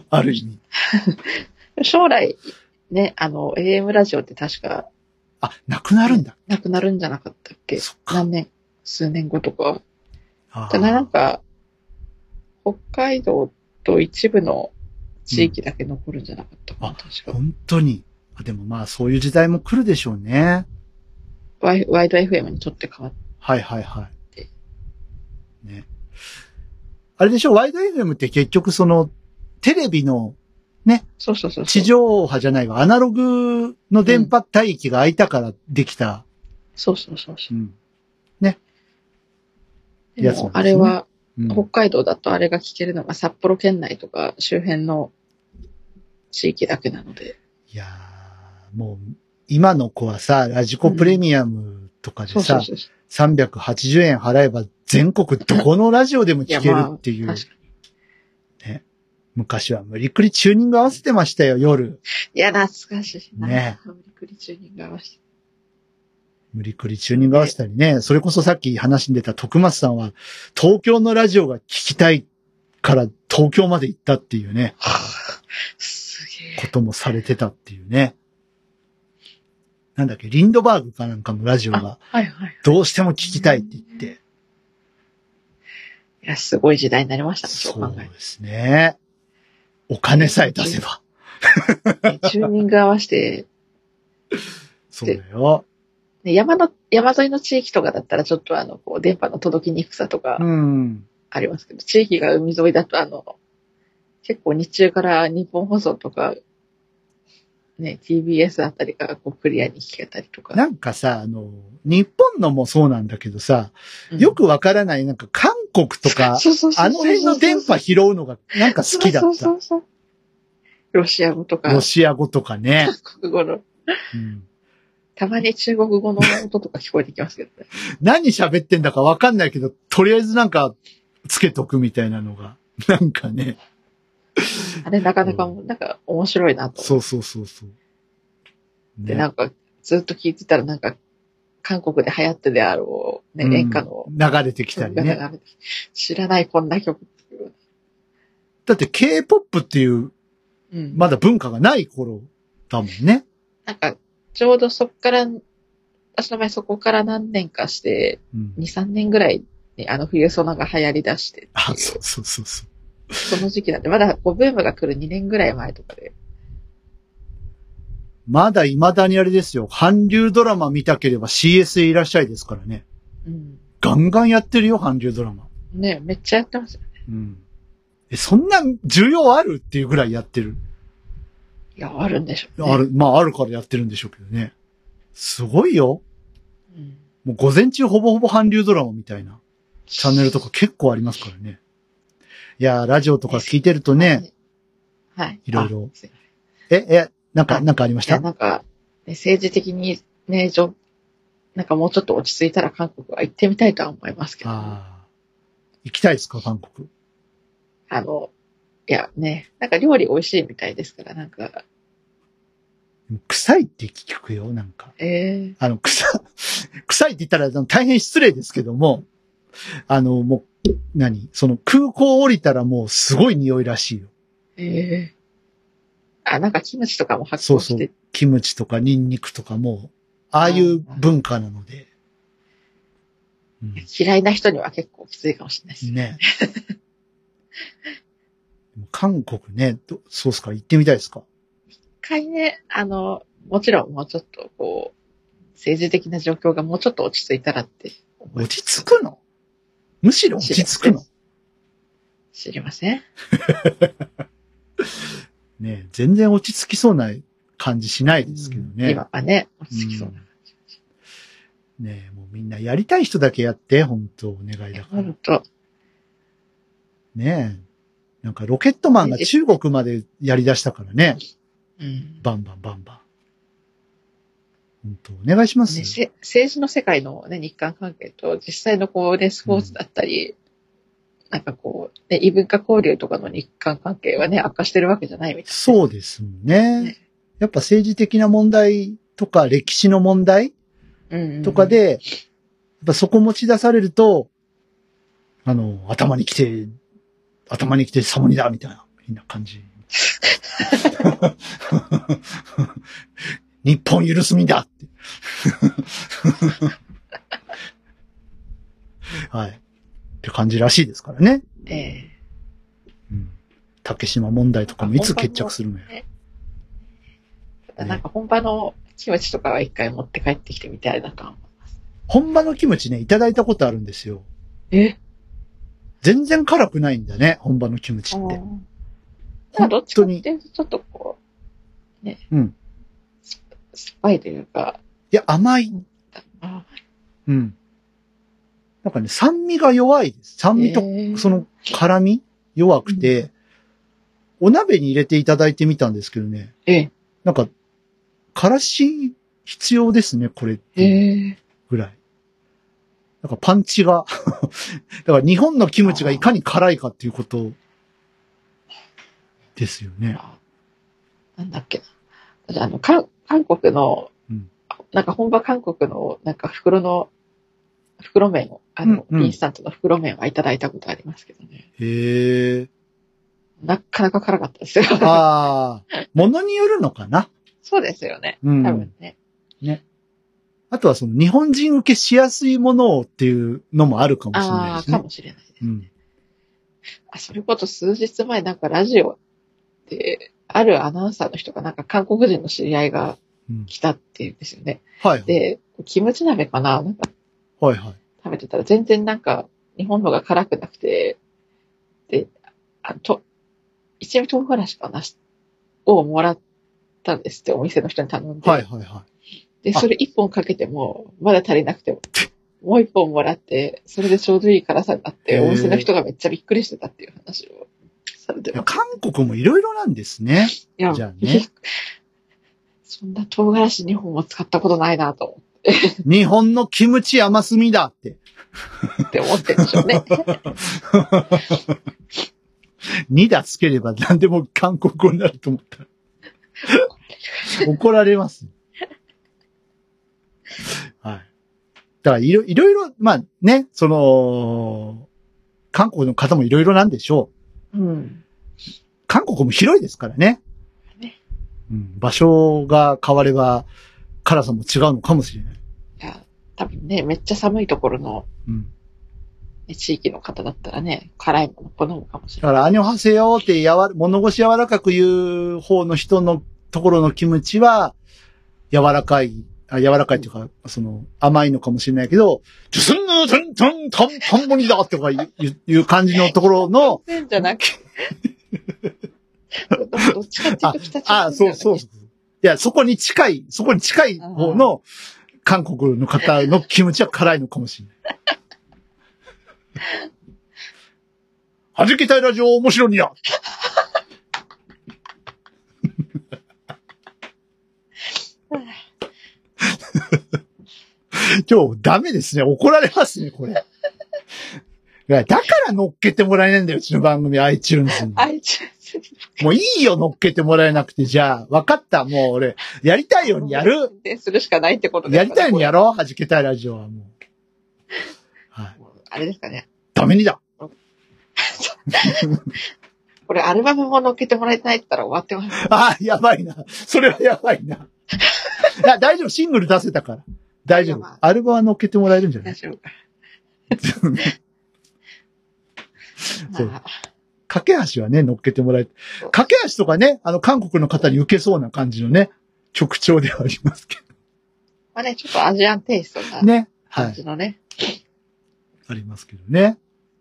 D: ある意味。
B: 将来、ね、あの、エーエム ラジオって確か。
D: あ、なくなるんだ。
B: なくなるんじゃなかったっけ？
D: そっか。
B: 何年、数年後とか。ただなんか、北海道と一部の地域だけ残るんじゃなかったかな、うん、確か。
D: 本当に。あ、でもまあ、そういう時代も来るでしょうね。
B: ワイ、ワイド エフエム にちょっと変わって。
D: はいはいはい。ね。あれでしょ、ワイド エフエム って結局その、テレビの、ね。
B: そうそうそうそう。
D: 地上波じゃないわ。アナログの電波帯域が空いたからできた。うん、
B: そうそうそうそう。
D: うん。ね。
B: でも、あれは、うん、北海道だとあれが聞けるのが札幌県内とか周辺の地域だけなので。
D: いやー、もう、今の子はさ、ラジコプレミアムとかでさ、うん、そうそうそうそうさんびゃくはちじゅうえん払えば全国どこのラジオでも聞けるっていう。いやまあ、確かに。ね。昔は無理くりチューニング合わせてましたよ、夜。
B: いや、懐かしい。
D: ね。
B: 無理くりチューニング合わせて。
D: 無理くりチューニング合わせたりね。それこそさっき話に出た徳松さんは、東京のラジオが聞きたいから東京まで行ったっていうね。
B: すげえ。
D: こともされてたっていうね。なんだっけ、リンドバーグかなんかのラジオが、
B: はいはい、
D: どうしても聞きたいって言って。
B: いや、すごい時代になりましたね。
D: そうですね。お金さえ出せば。
B: チューニング合わせて。
D: そうだよ。
B: 山の、山沿いの地域とかだったらちょっとあの、こう、電波の届きにくさとか、ありますけど、うん、地域が海沿いだとあの、結構日中から日本放送とか、ね、ティービーエス あたりがこうクリアに聞けたりとか。
D: なんかさ、あの、日本のもそうなんだけどさ、うん、よくわからない、なんか韓国とか、あの辺の電波拾うのがなんか好きだった。そうそうそう。
B: ロシア語とか。
D: ロシア語とかね。
B: 韓国語の。うん、たまに中国語の音とか聞こえてきますけどね。
D: 何喋ってんだかわかんないけど、とりあえずなんかつけとくみたいなのが、なんかね。
B: あれなかなか、なんか面白いなと。
D: そうそうそうそう。
B: ね、で、なんかずっと聞いてたらなんか、韓国で流行ってであろう、ね、うん、演歌の。
D: 流れてきたりね。
B: 知らないこんな曲。
D: だって K-ポップ っていう、うん、まだ文化がない頃だもんね。
B: なんか、ちょうどそっから、私の前そこから何年かして、うん、に、さんねんぐらいにあの冬ソナが流行り出して。
D: あ、そうそうそうそう。
B: その時期なんで、まだこうブームが来るにねんぐらい前とかで。
D: まだ未だにあれですよ。韓流ドラマ見たければ シーエス へいらっしゃいですからね。うん。ガンガンやってるよ、韓流ドラマ。
B: ね、めっちゃやってますよね。
D: うん。え、そんな需要あるっていうぐらいやってる。
B: いや、あるんでしょうね。
D: ある、まああるからやってるんでしょうけどね。すごいよ。うん。もう午前中ほぼほぼ韓流ドラマみたいなチャンネルとか結構ありますからね。いやー、ラジオとか聞いてるとね。
B: はい。
D: いろいろ。え、え、なんか、なんかありました？いや、
B: なんか、ね、政治的にね、じょ、 なんかもうちょっと落ち着いたら韓国は行ってみたいとは思いますけど、ね。
D: ああ。行きたいですか、韓国。
B: あの、いやね、なんか料理美味しいみたいですから、なんか。
D: 臭いって聞くよ、なんか。
B: ええー。
D: あの、臭、臭いって言ったら大変失礼ですけども、あの、もう、何その空港降りたらもうすごい匂いらしいよ。
B: ええー。あ、なんかキムチとかも発酵して。
D: そうそう。キムチとかニンニクとかも、ああいう文化なので。
B: うん、嫌いな人には結構きついかもしれないです
D: ね。韓国ね、そうっすか、行ってみたいですか？
B: 一回ね、あの、もちろんもうちょっとこう、政治的な状況がもうちょっと落ち着いたらって思います。
D: 落ち着くの？むしろ落ち着くの？
B: 知りません
D: ね、全然落ち着きそうな感じしないですけどね。
B: うん、今はね、落ち着きそうな感じ。
D: うん、ねもうみんなやりたい人だけやって、本当お願いだから。
B: 本当。
D: ねえ。なんかロケットマンが中国までやり出したからね。
B: うん、
D: バンバンバンバン。本当お願いします、
B: ね。政治の世界のね、日韓関係と実際のこうね、スポーツだったり、うん、なんかこう、ね、異文化交流とかの日韓関係はね、悪化してるわけじゃないみたいな。
D: そうですね。ねやっぱ政治的な問題とか歴史の問題とかで、うんうん、やっぱそこ持ち出されると、あの、頭に来て、頭に来てサモニだみたいな、みんな感じ。日本許すみだって。はい。って感じらしいですからね。
B: ええ
D: うん。竹島問題とかもいつ決着するのよ。
B: ね、なんか本場のキムチとかは一回持って帰ってきてみたいなと思います。
D: 本場のキムチね、いただいたことあるんですよ。
B: え
D: 全然辛くないんだね、本場のキムチって。
B: 本当に。どっちかっていうとちょっとこう、ね。
D: うん。
B: 酸っぱいというか。
D: いや、甘い。うん。なんかね、酸味が弱いです。酸味と、その辛味弱くて、うん、お鍋に入れていただいてみたんですけどね。
B: ええ。
D: なんか、辛子必要ですね、これっていうぐらい。なんかパンチが、だから日本のキムチがいかに辛いかっていうことですよね。
B: なんだっけな。あの、韓国の、うん、なんか本場韓国の、なんか袋の、袋麺を、あの、うんうん、インスタントの袋麺はいただいたことありますけどね。
D: へえ。
B: なかなか辛かったですよ。
D: ああ、ものによるのかな。
B: そうですよね。
D: うん、
B: 多分ね。
D: ね。あとはその日本人受けしやすいものをっていうのもあるかもしれないですね。
B: ああ、かもしれないですね。うん、あ、それこそ数日前なんかラジオで、あるアナウンサーの人がなんか韓国人の知り合いが来たっていうんですよね。
D: うん、はい、はい。
B: で、キムチ鍋かななんか。
D: はいはい。
B: 食べてたら全然なんか日本のが辛くなくて、で、あと、一味唐辛子かなをもらったんですって、お店の人に頼んで。
D: はいはいはい。
B: で、それ一本かけても、まだ足りなくても、もう一本もらって、それでちょうどいい辛さになって、お店の人がめっちゃびっくりしてたっていう話をされてます。
D: 韓国もいろいろなんですね。いや、じゃあね。
B: そんな唐辛子にほんも使ったことないなと思って。
D: 日本のキムチ甘すみだって。
B: って思ってるんでしょうね。
D: にだつければ何でも韓国語になると思ったら。怒られます。はい。だからいろいろいろ、まあね、その、韓国の方もいろいろなんでしょ
B: う。うん。
D: 韓国も広いですからね。
B: ね。
D: うん。場所が変われば辛さも違うのかもしれない。
B: いや、多分ね、めっちゃ寒いところの、
D: うん。
B: 地域の方だったらね、辛いもの好むかもしれない。
D: だから、アニョハセヨってやわ、物腰柔らかく言う方の人のところのキムチは、柔らかい、あ柔らかいっていうか、うん、その、甘いのかもしれないけど、ジュスンヌータンタンタンタンモニだとかいう、いう感じのところの。
B: 全然じゃなくて。どっちかっていうと北朝鮮。
D: ああ、そうそう。いや、そこに近い、そこに近い方の韓国の方のキムチは辛いのかもしれない。はじけたいラジオ面白いにや。 今日ダメですね。怒られますね、これ。いやだから乗っけてもらえないんだよ、うちの番組 iTunes に。
B: iTunes に。
D: もういいよ、乗っけてもらえなくて。じゃあ、分かった。もう俺、やりたいようにやる。
B: するしかないってことですかね。
D: やりたいようにやろう。はじけたいラジオはもう。はい。
B: あれですかね。
D: ダメにだ。
B: これアルバムも乗っけてもらえないって言ったら終わってます。
D: ああ、やばいな。それはやばいな。いや、大丈夫。シングル出せたから。大丈夫。アルバムは乗っけてもらえるんじゃない？大丈夫か。そう。架け橋はね、乗っけてもらえて。架け橋とかね、あの、韓国の方に受けそうな感じのね、曲調ではありますけど。
B: まあね、ちょっとアジアンテイストな
D: ね。
B: 感じのね。
D: ありますけどね。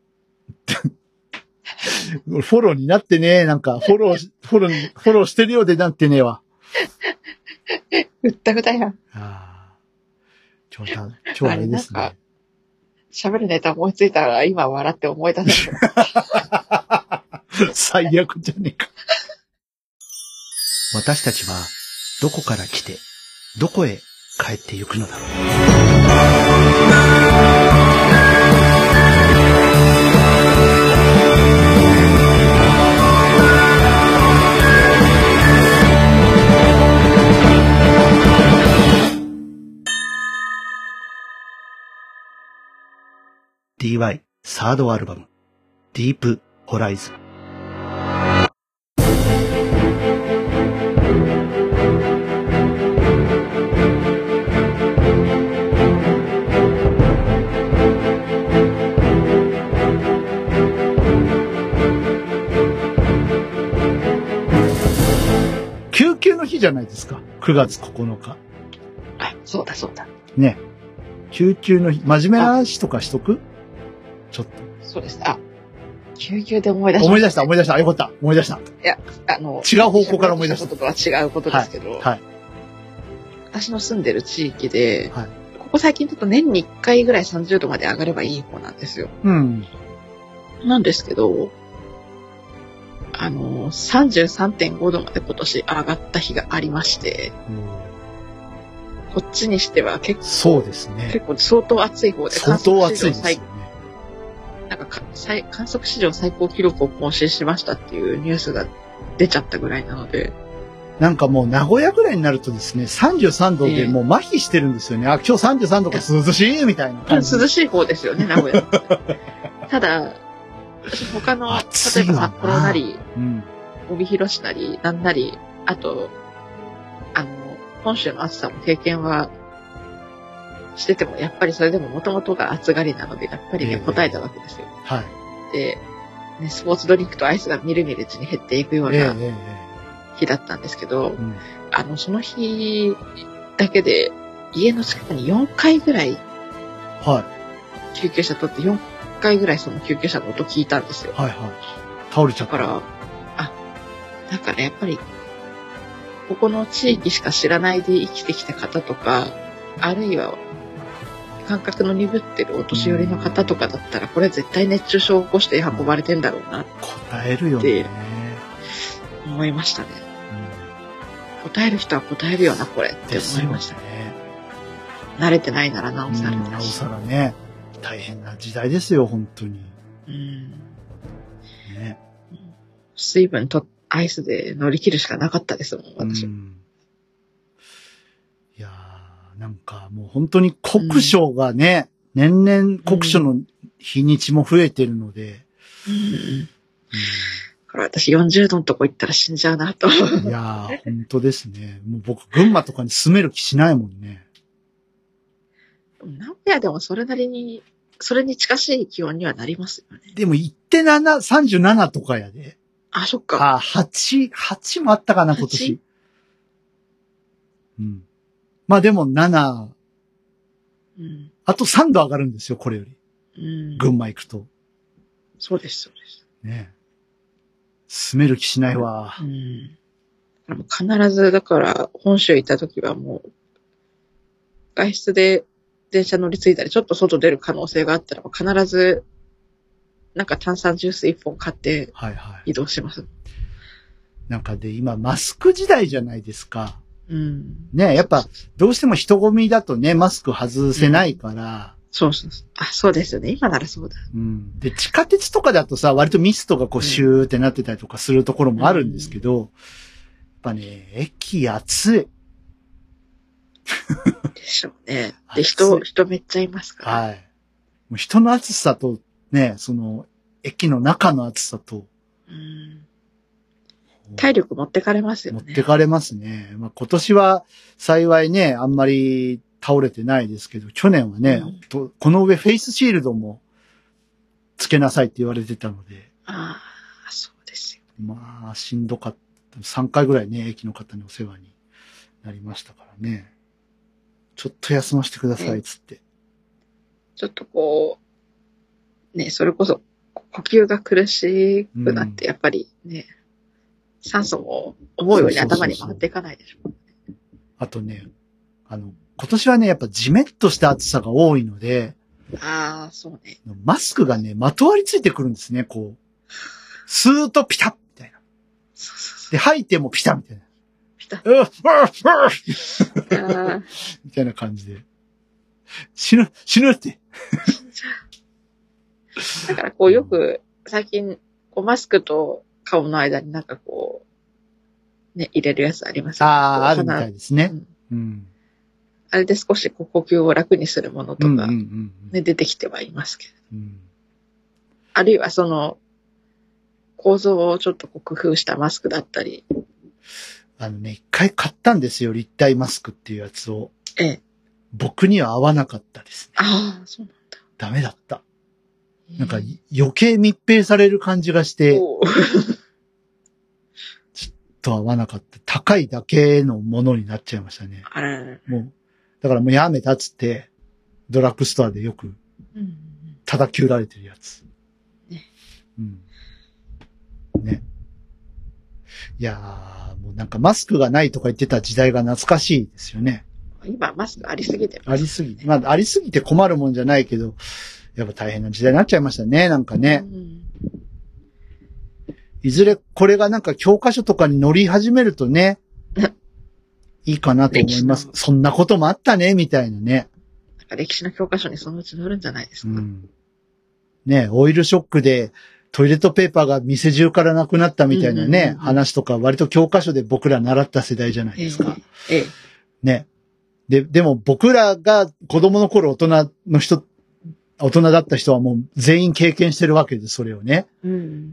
D: フォローになってね、なんか、フォロー、フォロー、フォローしてるようでなってねえわ。
B: ぐったぐたやん。
D: ああ。今日は、今日はあれですね。
B: 喋るネタ思いついたら今笑って思い出せる。
D: 最悪じゃねえか。私たちはどこから来て、どこへ帰ってゆくのだろう。ディーワイ サードアルバム、ディープホライズン。救急の日じゃないですか。くがつここのか。
B: あ、そうだそうだ。
D: ね。救急の日。真面目な話とかしとく？ちょっと。
B: そうです。あ、救急で思い出した。
D: 思い出した、思い出した。よかった。思い出した。い
B: や、あの、
D: 違う方向から思い出した。
B: こととは違うことですけど、はい。はい、私の住んでる地域で、はい、ここ最近ちょっと年にいっかいぐらいさんじゅうどまで上がればいい方なんですよ。
D: うん。
B: なんですけど、あの、さんじゅうさんてんごどまで今年上がった日がありまして、うん、こっちにしては結構、
D: そうですね。
B: 結構相当暑い方で、
D: 相当暑いですね。
B: なんかか観測史上最高記録を更新しましたっていうニュースが出ちゃったぐらいなので。
D: なんかもう名古屋ぐらいになるとですね、さんじゅうさんどでもう麻痺してるんですよね。えー、あ、今日さんじゅうさんどか涼しいみたいな感じ。
B: 涼しい方ですよね、名古屋。ただ、他の、例えば札幌なり、うん、帯広市なり、なんなり、あと、あの、本州の暑さも経験はしてても、やっぱりそれでも元々が暑がりなので、やっぱりね、えー、答えたわけですよ。
D: はい。
B: で、ね、スポーツドリンクとアイスがみるみるうちに減っていくような日だったんですけど、えーえーうん、あの、その日だけで、家の近くによんかいぐらい、
D: はい。
B: 救急車取ってよんかいぐらいその救急車の音聞いたんですよ。
D: はいはい。倒れちゃった。
B: だから、あ、だからやっぱり、ここの地域しか知らないで生きてきた方とか、あるいは、感覚の鈍ってるお年寄りの方とかだったら、これ絶対熱中症を起こして運ばれてんだろうな。
D: 答えるよね。
B: 思いましたね。うん、答える人は答えるよな、これって思いましたね。慣れてないならなおさらだし。
D: なおさらね。大変な時代ですよ、本当に。
B: うん。
D: ね。
B: 水分とアイスで乗り切るしかなかったですもん、私。うん、
D: いやー、なんかもう本当に酷暑がね、うん、年々酷暑の日にちも増えてるので。
B: うん。うん、だから私よんじゅうどのとこ行ったら死んじゃうなと。
D: いやー、本当ですね。もう僕、群馬とかに住める気しないもんね。
B: 名古屋でもそれなりに、それに近しい気温にはなりますよね。
D: でも行ってなな、さんじゅうななとかやで。
B: あ、そっか。
D: あ、はち、はちもあったかな、今年。うん。まあでもなな、うん。あとさんど上がるんですよ、これより。うん。群馬行くと。
B: そうです、そうです。
D: ねえ。住める気しないわ。
B: うん。必ず、だから、本州行った時はもう、外出で電車乗り継いだり、ちょっと外出る可能性があったら、必ず、なんか炭酸ジュース一本買って、移動します。はいはい、
D: なんかで、今、マスク時代じゃないですか。
B: うん。
D: ね、やっぱ、どうしても人混みだとね、マスク外せないから。
B: うん、そうそうそう。あ、そうですよね。今ならそうだ。
D: うん。で、地下鉄とかだとさ、割とミストがこう、シューってなってたりとかするところもあるんですけど、うん、やっぱね、駅暑い。
B: でしょうね。で、人、人めっちゃいますから。
D: はい。もう人の暑さと、ね、その、駅の中の暑さと、
B: うん、体力持ってかれますよね。
D: 持ってかれますね。まあ、今年は幸いね、あんまり倒れてないですけど、去年はね、うん、とこの上フェイスシールドもつけなさいって言われてたので。
B: ああ、そうですよ。
D: まあ、しんどかった。さんかいぐらいね、駅の方にお世話になりましたからね。ちょっと休ませてください、つって。
B: ちょっとこう、ね、それこそ呼吸が苦しくなって、やっぱりね、うん、酸素も思うように頭に回っていかないでしょう。
D: あとね、あの、今年はね、やっぱジメッとした暑さが多いので、
B: ああ、そうね。
D: マスクがね、まとわりついてくるんですね、こう。スーッとピタッみたいな。
B: そうそうそう。
D: で、吐いてもピタッみたいな。
B: ピタッ。
D: うわ、うわ、うみたいな感じで。死ぬ、死ぬって。
B: だからこうよく最近こうマスクと顔の間になんかこうね入れるやつありますよね。
D: ああ、あるみたいですね。
B: うんうん、あれで少しこう呼吸を楽にするものとか、ねうんうんうんうん、出てきてはいますけれど、うん。あるいはその構造をちょっとこう工夫したマスクだったり。
D: あのね、一回買ったんですよ、立体マスクっていうやつを。
B: ええ。
D: 僕には合わなかったですね。
B: ああ、そうなんだ。
D: ダメだった。なんか余計密閉される感じがして、ちょっと合わなかった。高いだけのものになっちゃいましたね。
B: あららら
D: もう、だからもうやめたっつって、ドラッグストアでよく叩き売られてるやつ。
B: ね。
D: うん。ね。いやー、もうなんかマスクがないとか言ってた時代が懐かしいですよね。
B: 今マスクありすぎてます、
D: ね。ありすぎて。まあ、ありすぎて困るもんじゃないけど、やっぱ大変な時代になっちゃいましたね、なんかね。うん、いずれこれがなんか教科書とかに載り始めるとね、いいかなと思います。そんなこともあったね、みたいなね。
B: なんか歴史の教科書にそのうち載るんじゃないですか。うん、
D: ね、オイルショックでトイレットペーパーが店中からなくなったみたいなね、うんうんうんうん、話とか割と教科書で僕ら習った世代じゃないですか。
B: ええええ、
D: ね。で、でも僕らが子供の頃大人の人、大人だった人はもう全員経験してるわけで、それをね。
B: うん、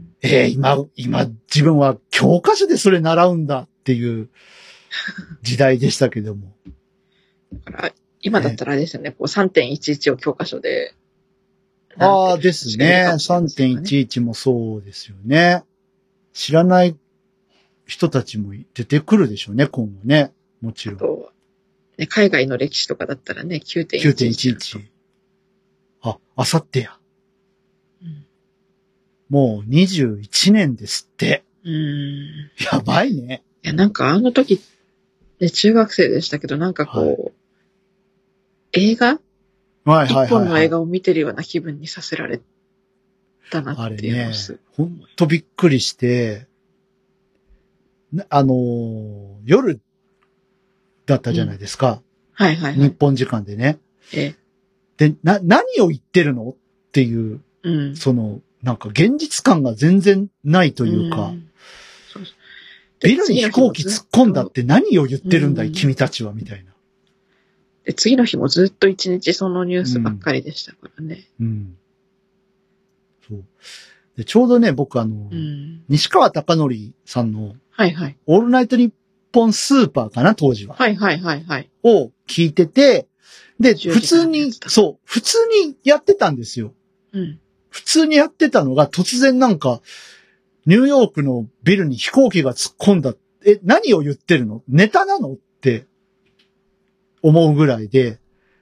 D: えー、今、今、自分は教科書でそれ習うんだっていう時代でしたけども。
B: だから、今だったらあれですよね、こう さんてんいちいち を教科書で。
D: ああ、ですね。さんてんいちいち もそうですよね。知らない人たちも出てくるでしょうね、今後ね。もちろん。
B: あと、ね、海外の歴史とかだったらね、きゅうてんいちいち。
D: きゅうてんいちいち。あ、あさってや。
B: うん、
D: もうにじゅういちねんですって。
B: うーん。
D: やばいね。
B: いや、なんかあの時、ね、中学生でしたけど、なんかこう、はい、映画
D: はいはいはいはい、
B: 一本の映画を見てるような気分にさせられたなっていうのをす、
D: ね、ほんとびっくりして、あのー、夜だったじゃないですか。
B: うん、はいはいはい。
D: 日本時間でね。
B: ええ。
D: で、な、何を言ってるのっていう、
B: うん、
D: その、なんか現実感が全然ないというか、うん、
B: そうそう
D: ビルに飛行機突っ込んだって何を言ってるんだい、うん、君たちは、みたいな。
B: で、次の日もずっと一日そのニュースばっかりでしたからね。
D: うん。うん、そう。で、ちょうどね、僕あの、うん、西川貴教さんの、
B: はいはい。
D: オールナイトニッポンスーパーかな、当時は。
B: はいはいはいはい。
D: を聞いてて、で、普通に、そう、普通にやってたんですよ。
B: うん。
D: 普通にやってたのが突然なんか、ニューヨークのビルに飛行機が突っ込んだ。え、何を言ってるの？ネタなのって思うぐらいで、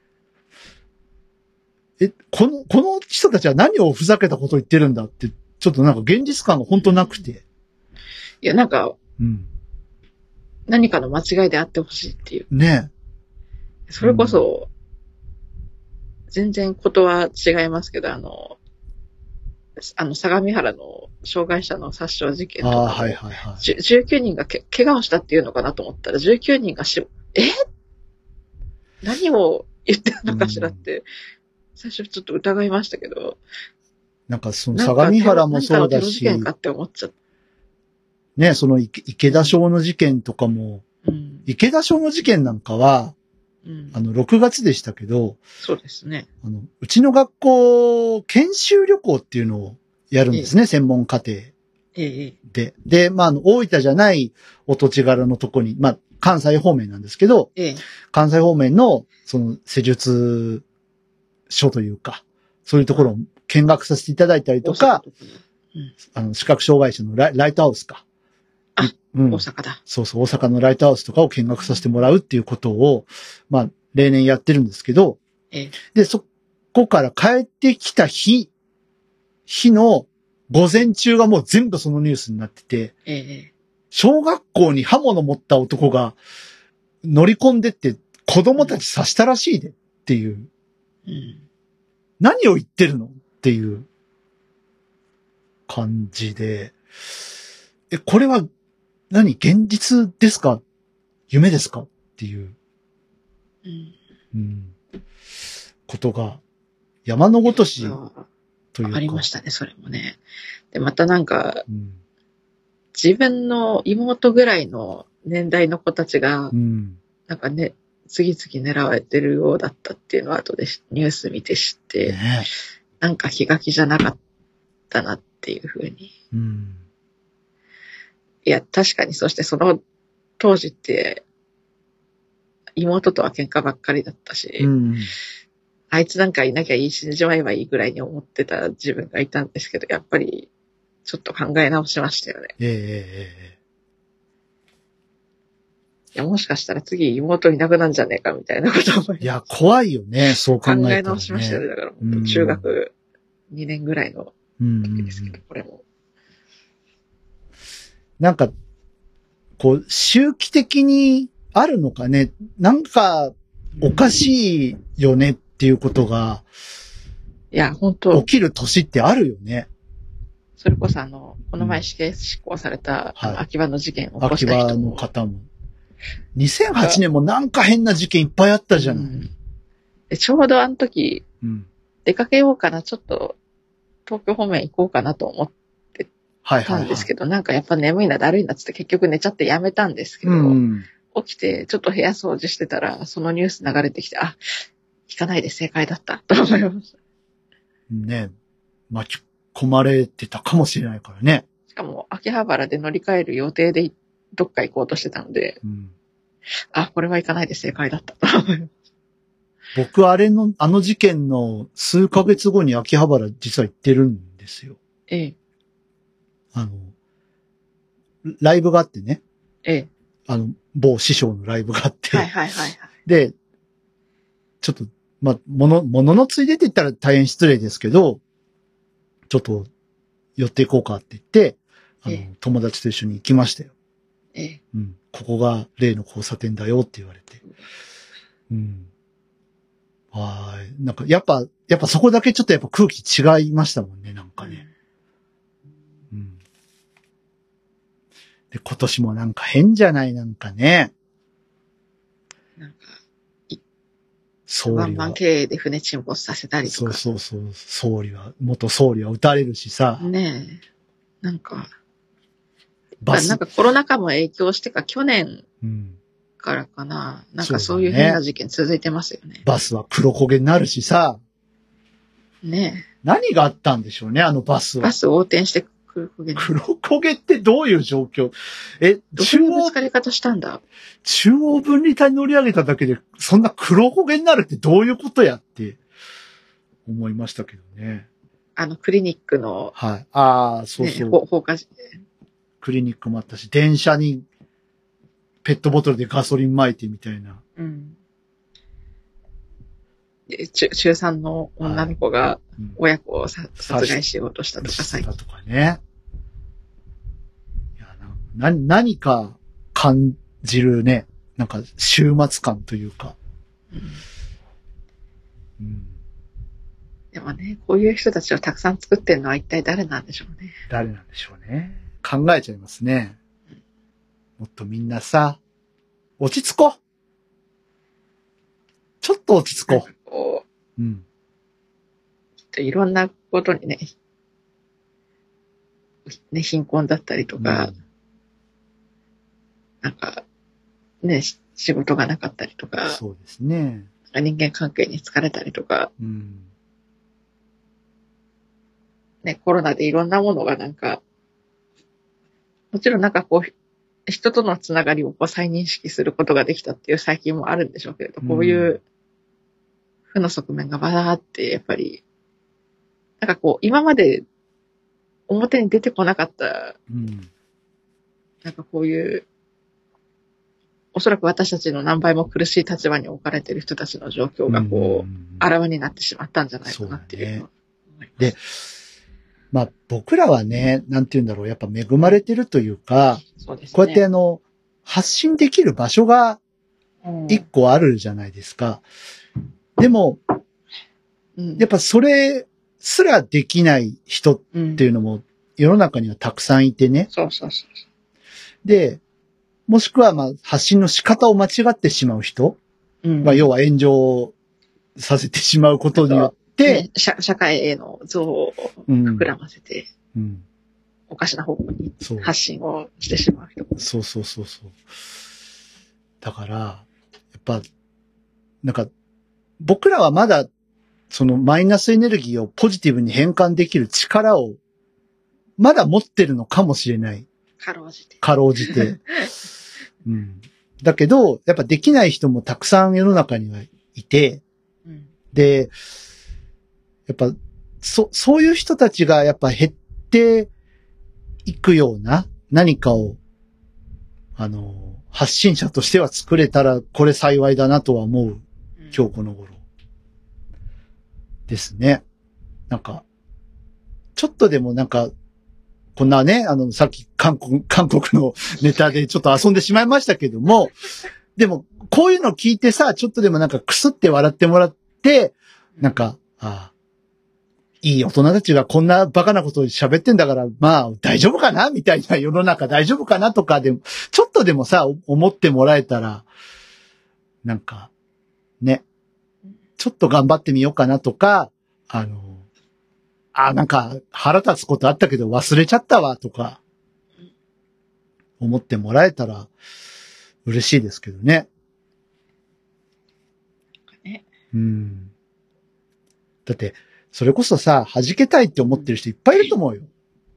D: え、この、この人たちは何をふざけたことを言ってるんだって、ちょっとなんか現実感が本当なくて。
B: いや、なんか、
D: うん。
B: 何かの間違いであってほしいっていう。
D: ね
B: え。それこそ、うん、全然ことは違いますけど、あの、 あの、相模原の障害者の殺傷事件とかも、
D: あはいはいはい、
B: じゅうきゅうにんがけ怪我をしたっていうのかなと思ったら、じゅうきゅうにんが死、え何を言ってるのかしらって、うん、最初ちょっと疑いましたけど。
D: なんかその相模原もそうだし、
B: 事件かって思っちゃった。
D: ね、その池田小の事件とかも、うん、池田小の事件なんかは、うん、あの、ろくがつでしたけど、
B: そうですね。
D: あの、うちの学校、研修旅行っていうのをやるんですね、ええ、専門課程で。
B: え
D: え、で、まあ、あの、大分じゃないお土地柄のとこに、まあ、関西方面なんですけど、
B: ええ、
D: 関西方面の、その、施術所というか、そういうところを見学させていただいたりとか、うん、あの、視覚障害者のライ、ライトハウスか。
B: あ、うん、大阪だ。
D: そうそう、大阪のライトハウスとかを見学させてもらうっていうことを、まあ、例年やってるんですけど、
B: ええ、
D: で、そこから帰ってきた日、日の午前中がもう全部そのニュースになってて、
B: ええ、
D: 小学校に刃物持った男が乗り込んでって子供たち刺したらしいでっていう。
B: うん、
D: 何を言ってるのっていう感じで、え、これは何現実ですか夢ですかっていう、
B: うん
D: うん、ことが山のごとしというか。
B: ありましたね、それもね。で、またなんか、
D: うん、
B: 自分の妹ぐらいの年代の子たちが、
D: うん、
B: なんかね、次々狙われてるようだったっていうのを後でニュース見て知って、
D: ね、
B: なんか気が気じゃなかったなっていうふうに。
D: うん、
B: いや、確かに、そしてその当時って、妹とは喧嘩ばっかりだったし、
D: うん、
B: あいつなんかいなきゃいい、死んじまえばいいぐらいに思ってた自分がいたんですけど、やっぱりちょっと考え直しましたよね。
D: ええええ。
B: いや、もしかしたら次妹いなくなんじゃねえかみたいなことを思い、
D: いや、怖いよね、そう考えたら、ね。
B: 考え直しましたよね。だから、うん、中学にねんぐらいの時ですけど、うん、これも。
D: なんか、こう、周期的にあるのかね。なんか、おかしいよねっていうことが、
B: いや、本当
D: 起きる年ってあるよね。
B: それこそあの、この前死刑執行された、うん、あの、秋葉の事件を起こした人も。
D: 秋葉の方も。にせんはちねんもなんか変な事件いっぱいあったじゃない。うん、
B: でちょうどあの時、
D: うん、
B: 出かけようかな、ちょっと東京方面行こうかなと思ってたんですけど、はいはいはい、なんかやっぱ眠いな、だるいなっつって結局寝ちゃってやめたんですけど、うん、起きてちょっと部屋掃除してたら、そのニュース流れてきて、あ、引かないで正解だったと思いました。
D: ね、巻き込まれてたかもしれないからね。
B: しかも秋葉原で乗り換える予定でどっか行こうとしてたので、うん、あ、これは行かないで正解だったと思います。
D: 僕、あれの、あの事件の数ヶ月後に秋葉原実は行ってるんですよ。
B: ええ。
D: あの、ライブがあってね。
B: ええ。
D: あの、某師匠のライブがあって。
B: はいはいはい、はい。
D: で、ちょっと、まあ、もの、もののついでって言ったら大変失礼ですけど、ちょっと寄っていこうかって言って、あの、ええ、友達と一緒に行きましたよ。
B: ええ。
D: うん。ここが例の交差点だよって言われて。うん。はい。なんか、やっぱ、やっぱそこだけちょっとやっぱ空気違いましたもんね、なんかね。うん。うん、で、今年もなんか変じゃない、なんかね。
B: なんか、
D: 総理は。
B: ワンマン経営で船沈没させたりとか。
D: そうそうそう。総理は、元総理は撃たれるしさ。
B: ねえ。なんか、バスなんかコロナ禍も影響してか、去年、うんからかな。なんかそういう変な事件続いてますよね。
D: バスは黒焦げになるしさ。
B: ねえ。
D: 何があったんでしょうね、あのバスは。
B: バス横転して黒焦げ。
D: 黒焦げってどういう状況？え、
B: 中央。どういうぶつかり方したんだ？
D: 中央分離帯に乗り上げただけで、そんな黒焦げになるってどういうことやって思いましたけどね。
B: あのクリニックの。
D: はい。ああ、そうそう。
B: ね、放火事件。
D: クリニックもあったし、電車に、ペットボトルでガソリン撒いてみたいな。
B: うん。中、中さんの女の子が親子をさ、はい、殺害しようとしたとかさ。
D: とかね。いやな、な、何か感じるね。なんか週末感というか。うん。うん、
B: でもね、こういう人たちをたくさん作ってるのは一体誰なんでしょうね。
D: 誰なんでしょうね。考えちゃいますね。もっとみんなさ、落ち着こう。ちょっと落ち着こう。
B: こ
D: う。うん。
B: きっといろんなことにね、ね、貧困だったりとか、うん、なんか、ね、仕事がなかったりとか、
D: そうですね。
B: 人間関係に疲れたりとか、
D: うん、
B: ね、コロナでいろんなものがなんか、もちろんなんかこう、人とのつながりをこう再認識することができたっていう最近もあるんでしょうけれど、こういう負の側面がバーってやっぱり、なんかこう、今まで表に出てこなかった、
D: うん、なん
B: かこういう、おそらく私たちの何倍も苦しい立場に置かれている人たちの状況がこう、あらわになってしまったんじゃないかなっていうのを思います。
D: で、まあ僕らはね、なんて言うんだろう、やっぱ恵まれてるというか、
B: そうですね、
D: こうやってあの、発信できる場所が一個あるじゃないですか。うん、でも、うん、やっぱそれすらできない人っていうのも世の中にはたくさんいてね。
B: そうそうそう。
D: で、もしくはまあ発信の仕方を間違ってしまう人、うん、まあ要は炎上させてしまうことによって、
B: ね、社, 社会への像を膨らませて、
D: うんうん、
B: おかしな方向に発信をしてしまう人。
D: そうそうそうそう。だから、やっぱ、なんか、僕らはまだ、そのマイナスエネルギーをポジティブに変換できる力を、まだ持ってるのかもしれない。
B: かろうじて。
D: かろうじて。うん。だけど、やっぱできない人もたくさん世の中にはいて、うん、で、やっぱ、そ、そういう人たちがやっぱ減っていくような何かを、あの、発信者としては作れたらこれ幸いだなとは思う、うん、今日この頃。ですね。なんか、ちょっとでもなんか、こんなね、あの、さっき韓国、韓国のネタでちょっと遊んでしまいましたけども、でも、こういうの聞いてさ、ちょっとでもなんかクスって笑ってもらって、なんか、ああ、いい大人たちがこんなバカなことを喋ってんだから、まあ、大丈夫かなみたいな世の中大丈夫かなとかでも、ちょっとでもさ、思ってもらえたら、なんか、ね、ちょっと頑張ってみようかなとか、あの、あ、なんか腹立つことあったけど忘れちゃったわとか、思ってもらえたら嬉しいですけどね。
B: ね、
D: うん。だって、それこそさ、弾けたいって思ってる人いっぱいいると思うよ。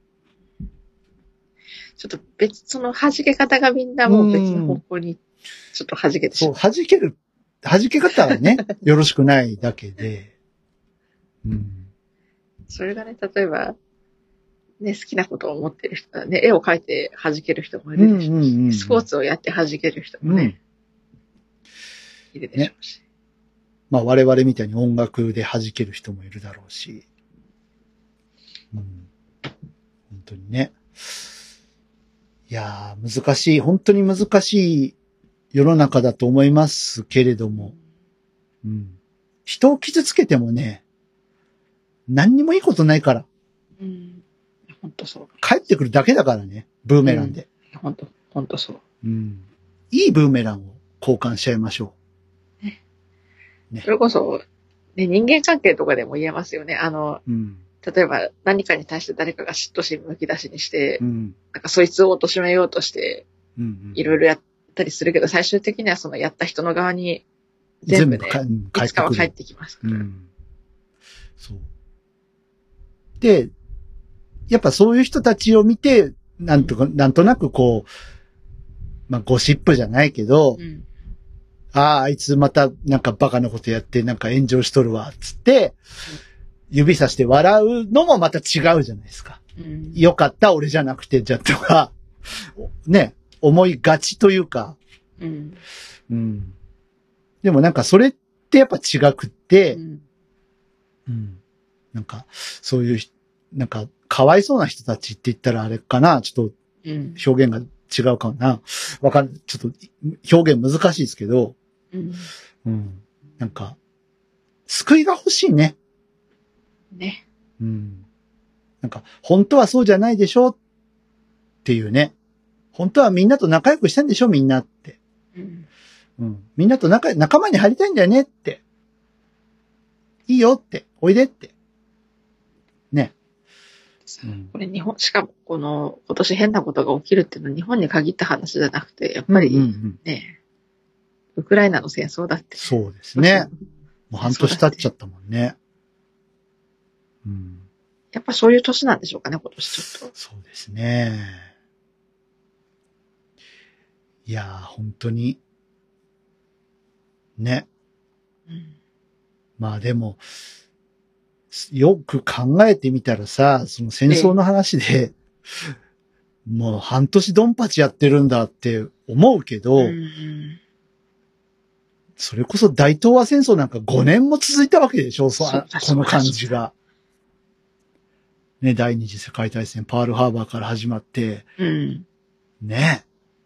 B: ちょっと別、その弾け方がみんなもう別の方向にちょっと弾けてしまう。
D: そう、弾ける、弾け方はね、よろしくないだけで。うん。
B: それがね、例えば、ね、好きなことを思ってる人はね、絵を描いて弾ける人もいるでしょうし、うんうんうん、スポーツをやって弾ける人もね、うん、いるでしょうし。ね、
D: まあ我々みたいに音楽で弾ける人もいるだろうし。うん、本当にね。いやー、難しい、本当に難しい世の中だと思いますけれども、うん、人を傷つけてもね、何にもいいことないから。
B: うん。本当そう。
D: 帰ってくるだけだからね。ブーメランで。
B: うん、本当、本当そう。
D: うん。いいブーメランを交換しちゃいましょ
B: う。ね。ね、それこそ、ね、人間関係とかでも言えますよね。あの、うん、例えば何かに対して誰かが嫉妬しむき出しにして、うん、なんかそいつを貶めようとして、いろいろやったりするけど、最終的にはそのやった人の側に全部ね、全部いつかは帰ってきますから。うん、
D: そう。で、やっぱそういう人たちを見て、なんとか、なんとなくこう、まあゴシップじゃないけど、うん、ああ、あいつまたなんかバカなことやってなんか炎上しとるわ、つって、うん、指さして笑うのもまた違うじゃないですか。うん、よかった、俺じゃなくて、じゃとか、ね、思いがちというか、うん。うん。でもなんかそれってやっぱ違くって、うん。うん、なんか、そういう、なんか、かわいそうな人たちって言ったらあれかな、ちょっと、表現が違うかな。わかんない。ちょっと、表現難しいですけど、うん。うん。なんか、救いが欲しいね。
B: ね。
D: うん。なんか、本当はそうじゃないでしょっていうね。本当はみんなと仲良くしてんでしょみんなって。
B: うん。
D: うん。みんなと仲、仲間に入りたいんだよねって。いいよって。おいでって。ね。
B: うん、これ日本、しかもこの、今年変なことが起きるっていうのは日本に限った話じゃなくて、やっぱりね、うんうんうん、ウクライナの戦争だって。
D: そうですね。もう半年経っちゃったもんね。うん。
B: やっぱそういう年なんでしょうかね、今年ちょっと。
D: そうですね。いやー、本当に。ね。うん、まあでも、よく考えてみたらさ、その戦争の話で、もう半年ドンパチやってるんだって思うけど、うんうん、それこそ大東亜戦争なんかごねんも続いたわけでしょ、そこの感じが。ね、第二次世界大戦、パールハーバーから始まって、うん、ね。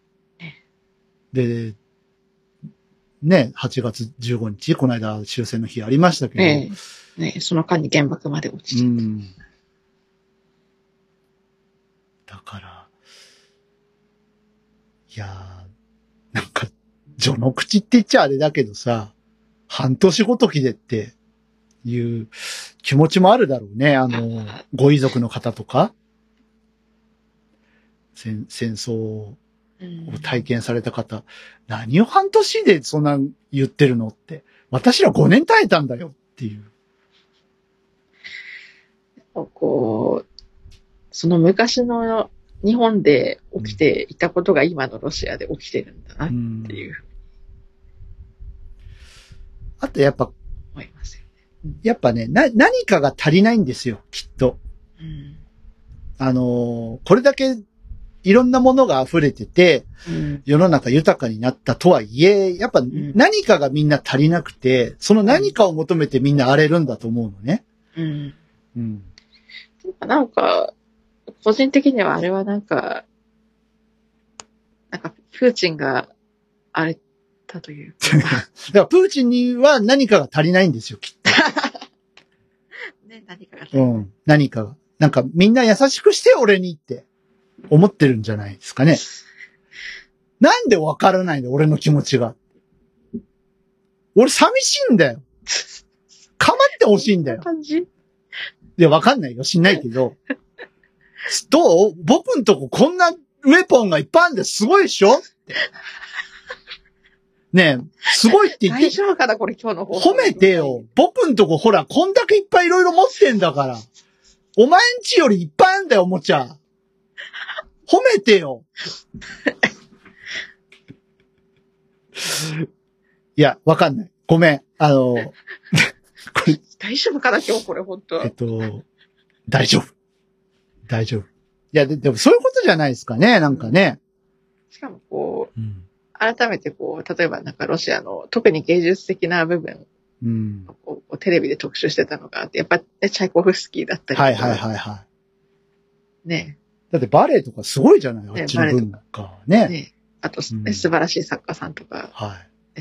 D: で、ね、はちがつじゅうごにち、この間終戦の日ありましたけど、え
B: えね、その間に原爆まで落ちちゃった。うん、
D: だから、いやー、なんか、序の口って言っちゃあれだけどさ、半年ごときでっていう気持ちもあるだろうね。あの、ご遺族の方とか、戦、戦争を体験された方、うん、何を半年でそんな言ってるのって。私らごねん耐えたんだよっていう。
B: こう、その昔の日本で起きていたことが今のロシアで起きてるんだなっていう。うん、
D: あとやっぱ、思いますよね。やっぱね、な、何かが足りないんですよ、きっと。うん、あのー、これだけいろんなものが溢れてて、うん、世の中豊かになったとはいえ、やっぱ何かがみんな足りなくて、その何かを求めてみんな荒れるんだと思うのね。うん。
B: うん。なんか、個人的にはあれはなんか、なんか、プーチンが荒れたというか。
D: だからプーチンには何かが足りないんですよ、きっと。
B: ね、何かが足りない。
D: うん。何かが。なんかみんな優しくして俺にって思ってるんじゃないですかね。なんでわからないんだよ、俺の気持ちが。俺寂しいんだよ。かまってほしいんだよ。
B: 感じ？い
D: や、わかんないよ。しんないけど。どう？僕んとここんなウェポンがいっぱいあるんですごいでしょって。ねえ、すごいって言って。
B: 大丈夫かなこれ今日の放送。
D: 褒めてよ。僕んとこほら、こんだけいっぱいいろいろ持ってんだから。お前んちよりいっぱいあるんだよ、おもちゃ。褒めてよ。いや、わかんない。ごめん。あの、こ
B: れ大丈夫かな今日これ本当。
D: えっと、大丈夫。大丈夫。いや、で、でもそういうことじゃないですかね、なんかね。
B: しかもこう、うん、改めてこう、例えばなんかロシアの特に芸術的な部分を、うん、テレビで特集してたのがあって、やっぱ、ね、チャイコフスキーだったりとか。
D: はいはいはいはい。
B: ね。
D: だってバレエとかすごいじゃない、あっちの文化ね。ね。
B: あと、ね、うん、素晴らしい作家さんとか。
D: はい。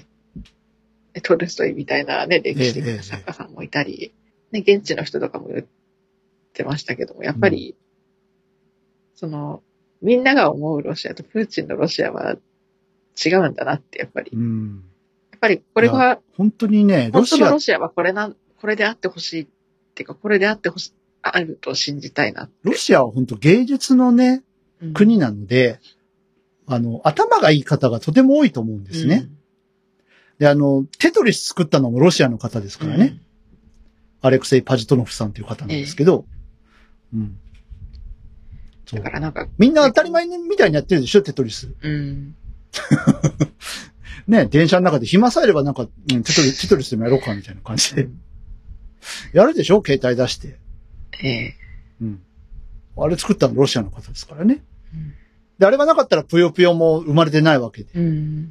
B: ね、トルストイみたいなね、歴史的な作家さんもいたり、ええええ、ね、現地の人とかも言ってましたけども、やっぱり、うん、その、みんなが思うロシアとプーチンのロシアは違うんだなって、やっぱり。うん、やっぱりこれは、
D: 本当にね、
B: ロシア、本当のロシアはこれな、これであってほしいっていうか、これであってほしい、あると信じたいなって。
D: ロシアは本当芸術のね、うん、国なので、あの、頭がいい方がとても多いと思うんですね。うん、で、あの、テトリス作ったのもロシアの方ですからね。うん、アレクセイ・パジトノフさんという方なんですけど、えー、うん。
B: だからなんか。
D: みんな当たり前みたいにやってるでしょ、テトリス。うん。ね、電車の中で暇さえればなんか、うん、テトリス、テトリスでもやろうかみたいな感じで。うん、やるでしょ、携帯出して。
B: ええ
D: ー。うん。あれ作ったのロシアの方ですからね。うん、で、あれがなかったらぷよぷよも生まれてないわけで。うん、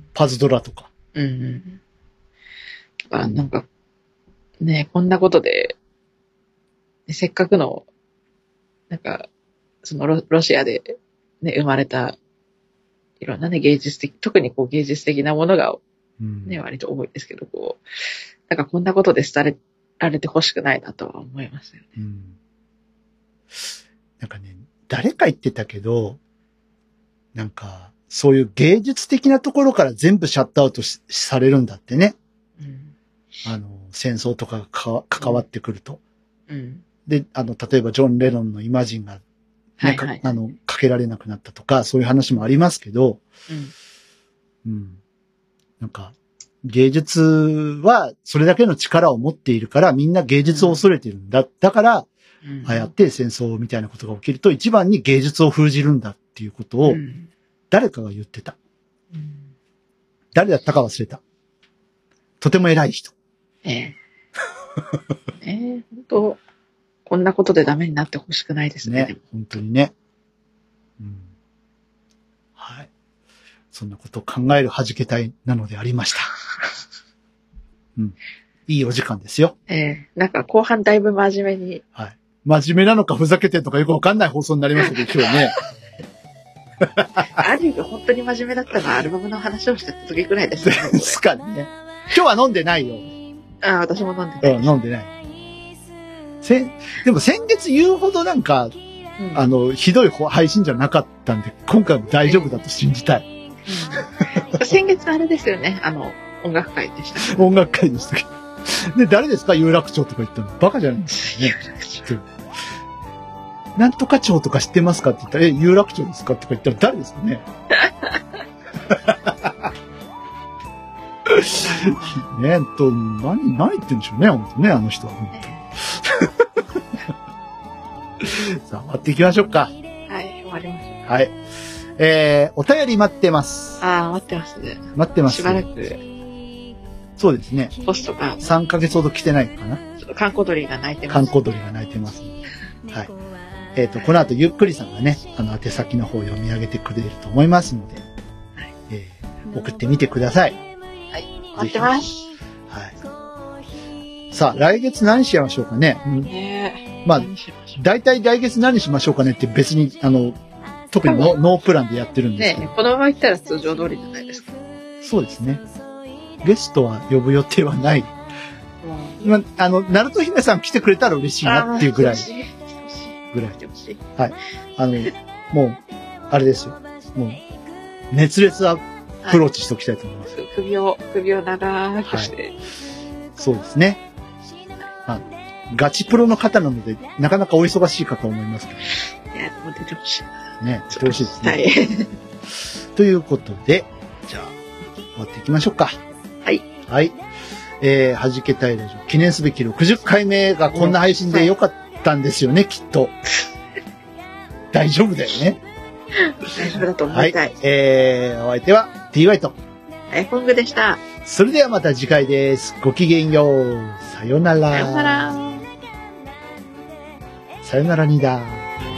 D: パズドラとか。
B: うんうん。だからなんか、ね、こんなことで、せっかくの、なんか、その ロ, ロシアで、ね、生まれた、いろんなね、芸術的、特にこう芸術的なものが、ね、うん、割と多いですけど、こう、なんかこんなことで廃れられてほしくないなとは思いますよね。
D: うん。なんかね、誰か言ってたけど、なんか、そういう芸術的なところから全部シャットアウトされるんだってね。うん、あの、戦争とかがか関わってくると。うん、で、あの、例えばジョン・レノンのイマジンが、ね、はいはい、あの、かけられなくなったとか、そういう話もありますけど、うん。うん。なんか、芸術はそれだけの力を持っているから、みんな芸術を恐れてるんだ。だから、ああやって戦争みたいなことが起きると、一番に芸術を封じるんだっていうことを、誰かが言ってた。うん、誰だったか忘れた。とても偉い人。
B: ええ。ええ、本当こんなことでダメになってほしくないですね。
D: ね、本当にね。うん。はい。そんなことを考える弾け隊なのでありました。うん。いいお時間ですよ。
B: ええー、なんか後半だいぶ真面目に。
D: はい。真面目なのかふざけてるのかよくわかんない放送になりましたけど、今日ね。
B: ある意味本当に真面目だったのはアルバムの話をしてた時ぐらいですね。
D: ですかね。今日は飲んでないよ。
B: ああ、私も飲んでない。
D: うん、飲んでない。せ、でも先月言うほどなんか、うん、あの、ひどい配信じゃなかったんで、今回も大丈夫だと信じたい。
B: うん、先月あれですよね、あの、音楽会でした、
D: ね。音楽会でしたけど。で、誰ですか有楽町とか言ったのバカじゃないですかね。なんとか町とか知ってますかって言ったら、え、有楽町ですかとか言ったら誰ですかねねえと、何、何言ってんでしょうね、本当ね、あの人は本当さあ、終わっていきましょうか。
B: はい、終わりましょう。
D: はい。えー、お便り待ってます。
B: ああ、待ってますね。
D: 待ってます。
B: しばらく。
D: そうですね。
B: ポストが。
D: さんかげつほど来てないかな。
B: ちょっと観光鳥が鳴いてます。
D: 観光鳥が鳴いてます。はい。えっと、この後ゆっくりさんがね、あの、宛先の方を読み上げてくれると思いますので、はい、えー、送ってみてください。
B: はい、待ってます。
D: はい。さあ、来月何しましょうかね。うん、
B: ね
D: まあ、大体来月何しましょうかねって別に、あの、特にノープランでやってるんですけど。
B: ね、このまま行ったら通常通りじゃないですか。
D: そうですね。ゲストは呼ぶ予定はない。うん、まあ、あの、ナルト姫さん来てくれたら嬉しいなっていうぐらい。ぐらい。はい。あの、もう、あれですよ。もう、熱烈アプローチしておきたいと思います。
B: はい、首を、首を長くして、はい。
D: そうですね。まあ、ガチプロの方なので、なかなかお忙しいかと思いますけど。
B: いや、もう出てほしいな。
D: ね、出てほしいですね。
B: はい。
D: ということで、じゃあ、終わっていきましょうか。
B: はい。
D: はい。えー、はじけたいラジオ、記念すべきろくじゅっかいめがこんな配信でよかったんですよね、きっと。大丈夫だよね。
B: 大丈夫だと思いたい。
D: はい。えー、お相手は ティーワイ と。
B: はい、本部でした。
D: それではまた次回です。ごきげんよう。さよなら。
B: さよなら。
D: さよならにだ。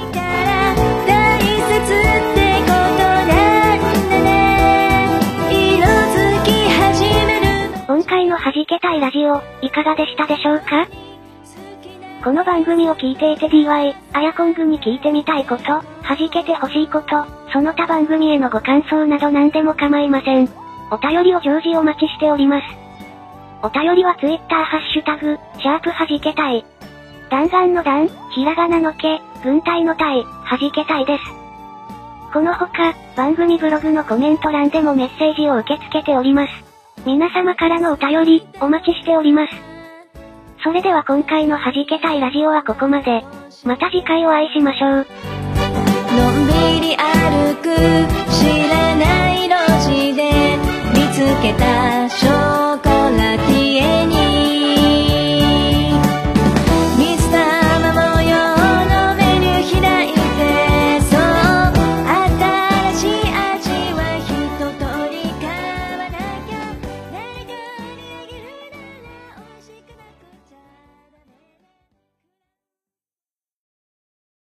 C: 今回の弾けたいラジオ、いかがでしたでしょうか？この番組を聞いていて ディーワイ、あやこんぐに聞いてみたいこと、弾けてほしいこと、その他番組へのご感想など何でも構いません。お便りを常時お待ちしております。お便りはツイッターハッシュタグ、シャープ弾けたい。弾丸の弾、ひらがなのけ、軍隊の隊、弾けたいです。このほか、番組ブログのコメント欄でもメッセージを受け付けております。皆様からのお便り、お待ちしております。それでは今回の弾けたいラジオはここまで。また次回お会いしましょう。のんびり歩く知らないの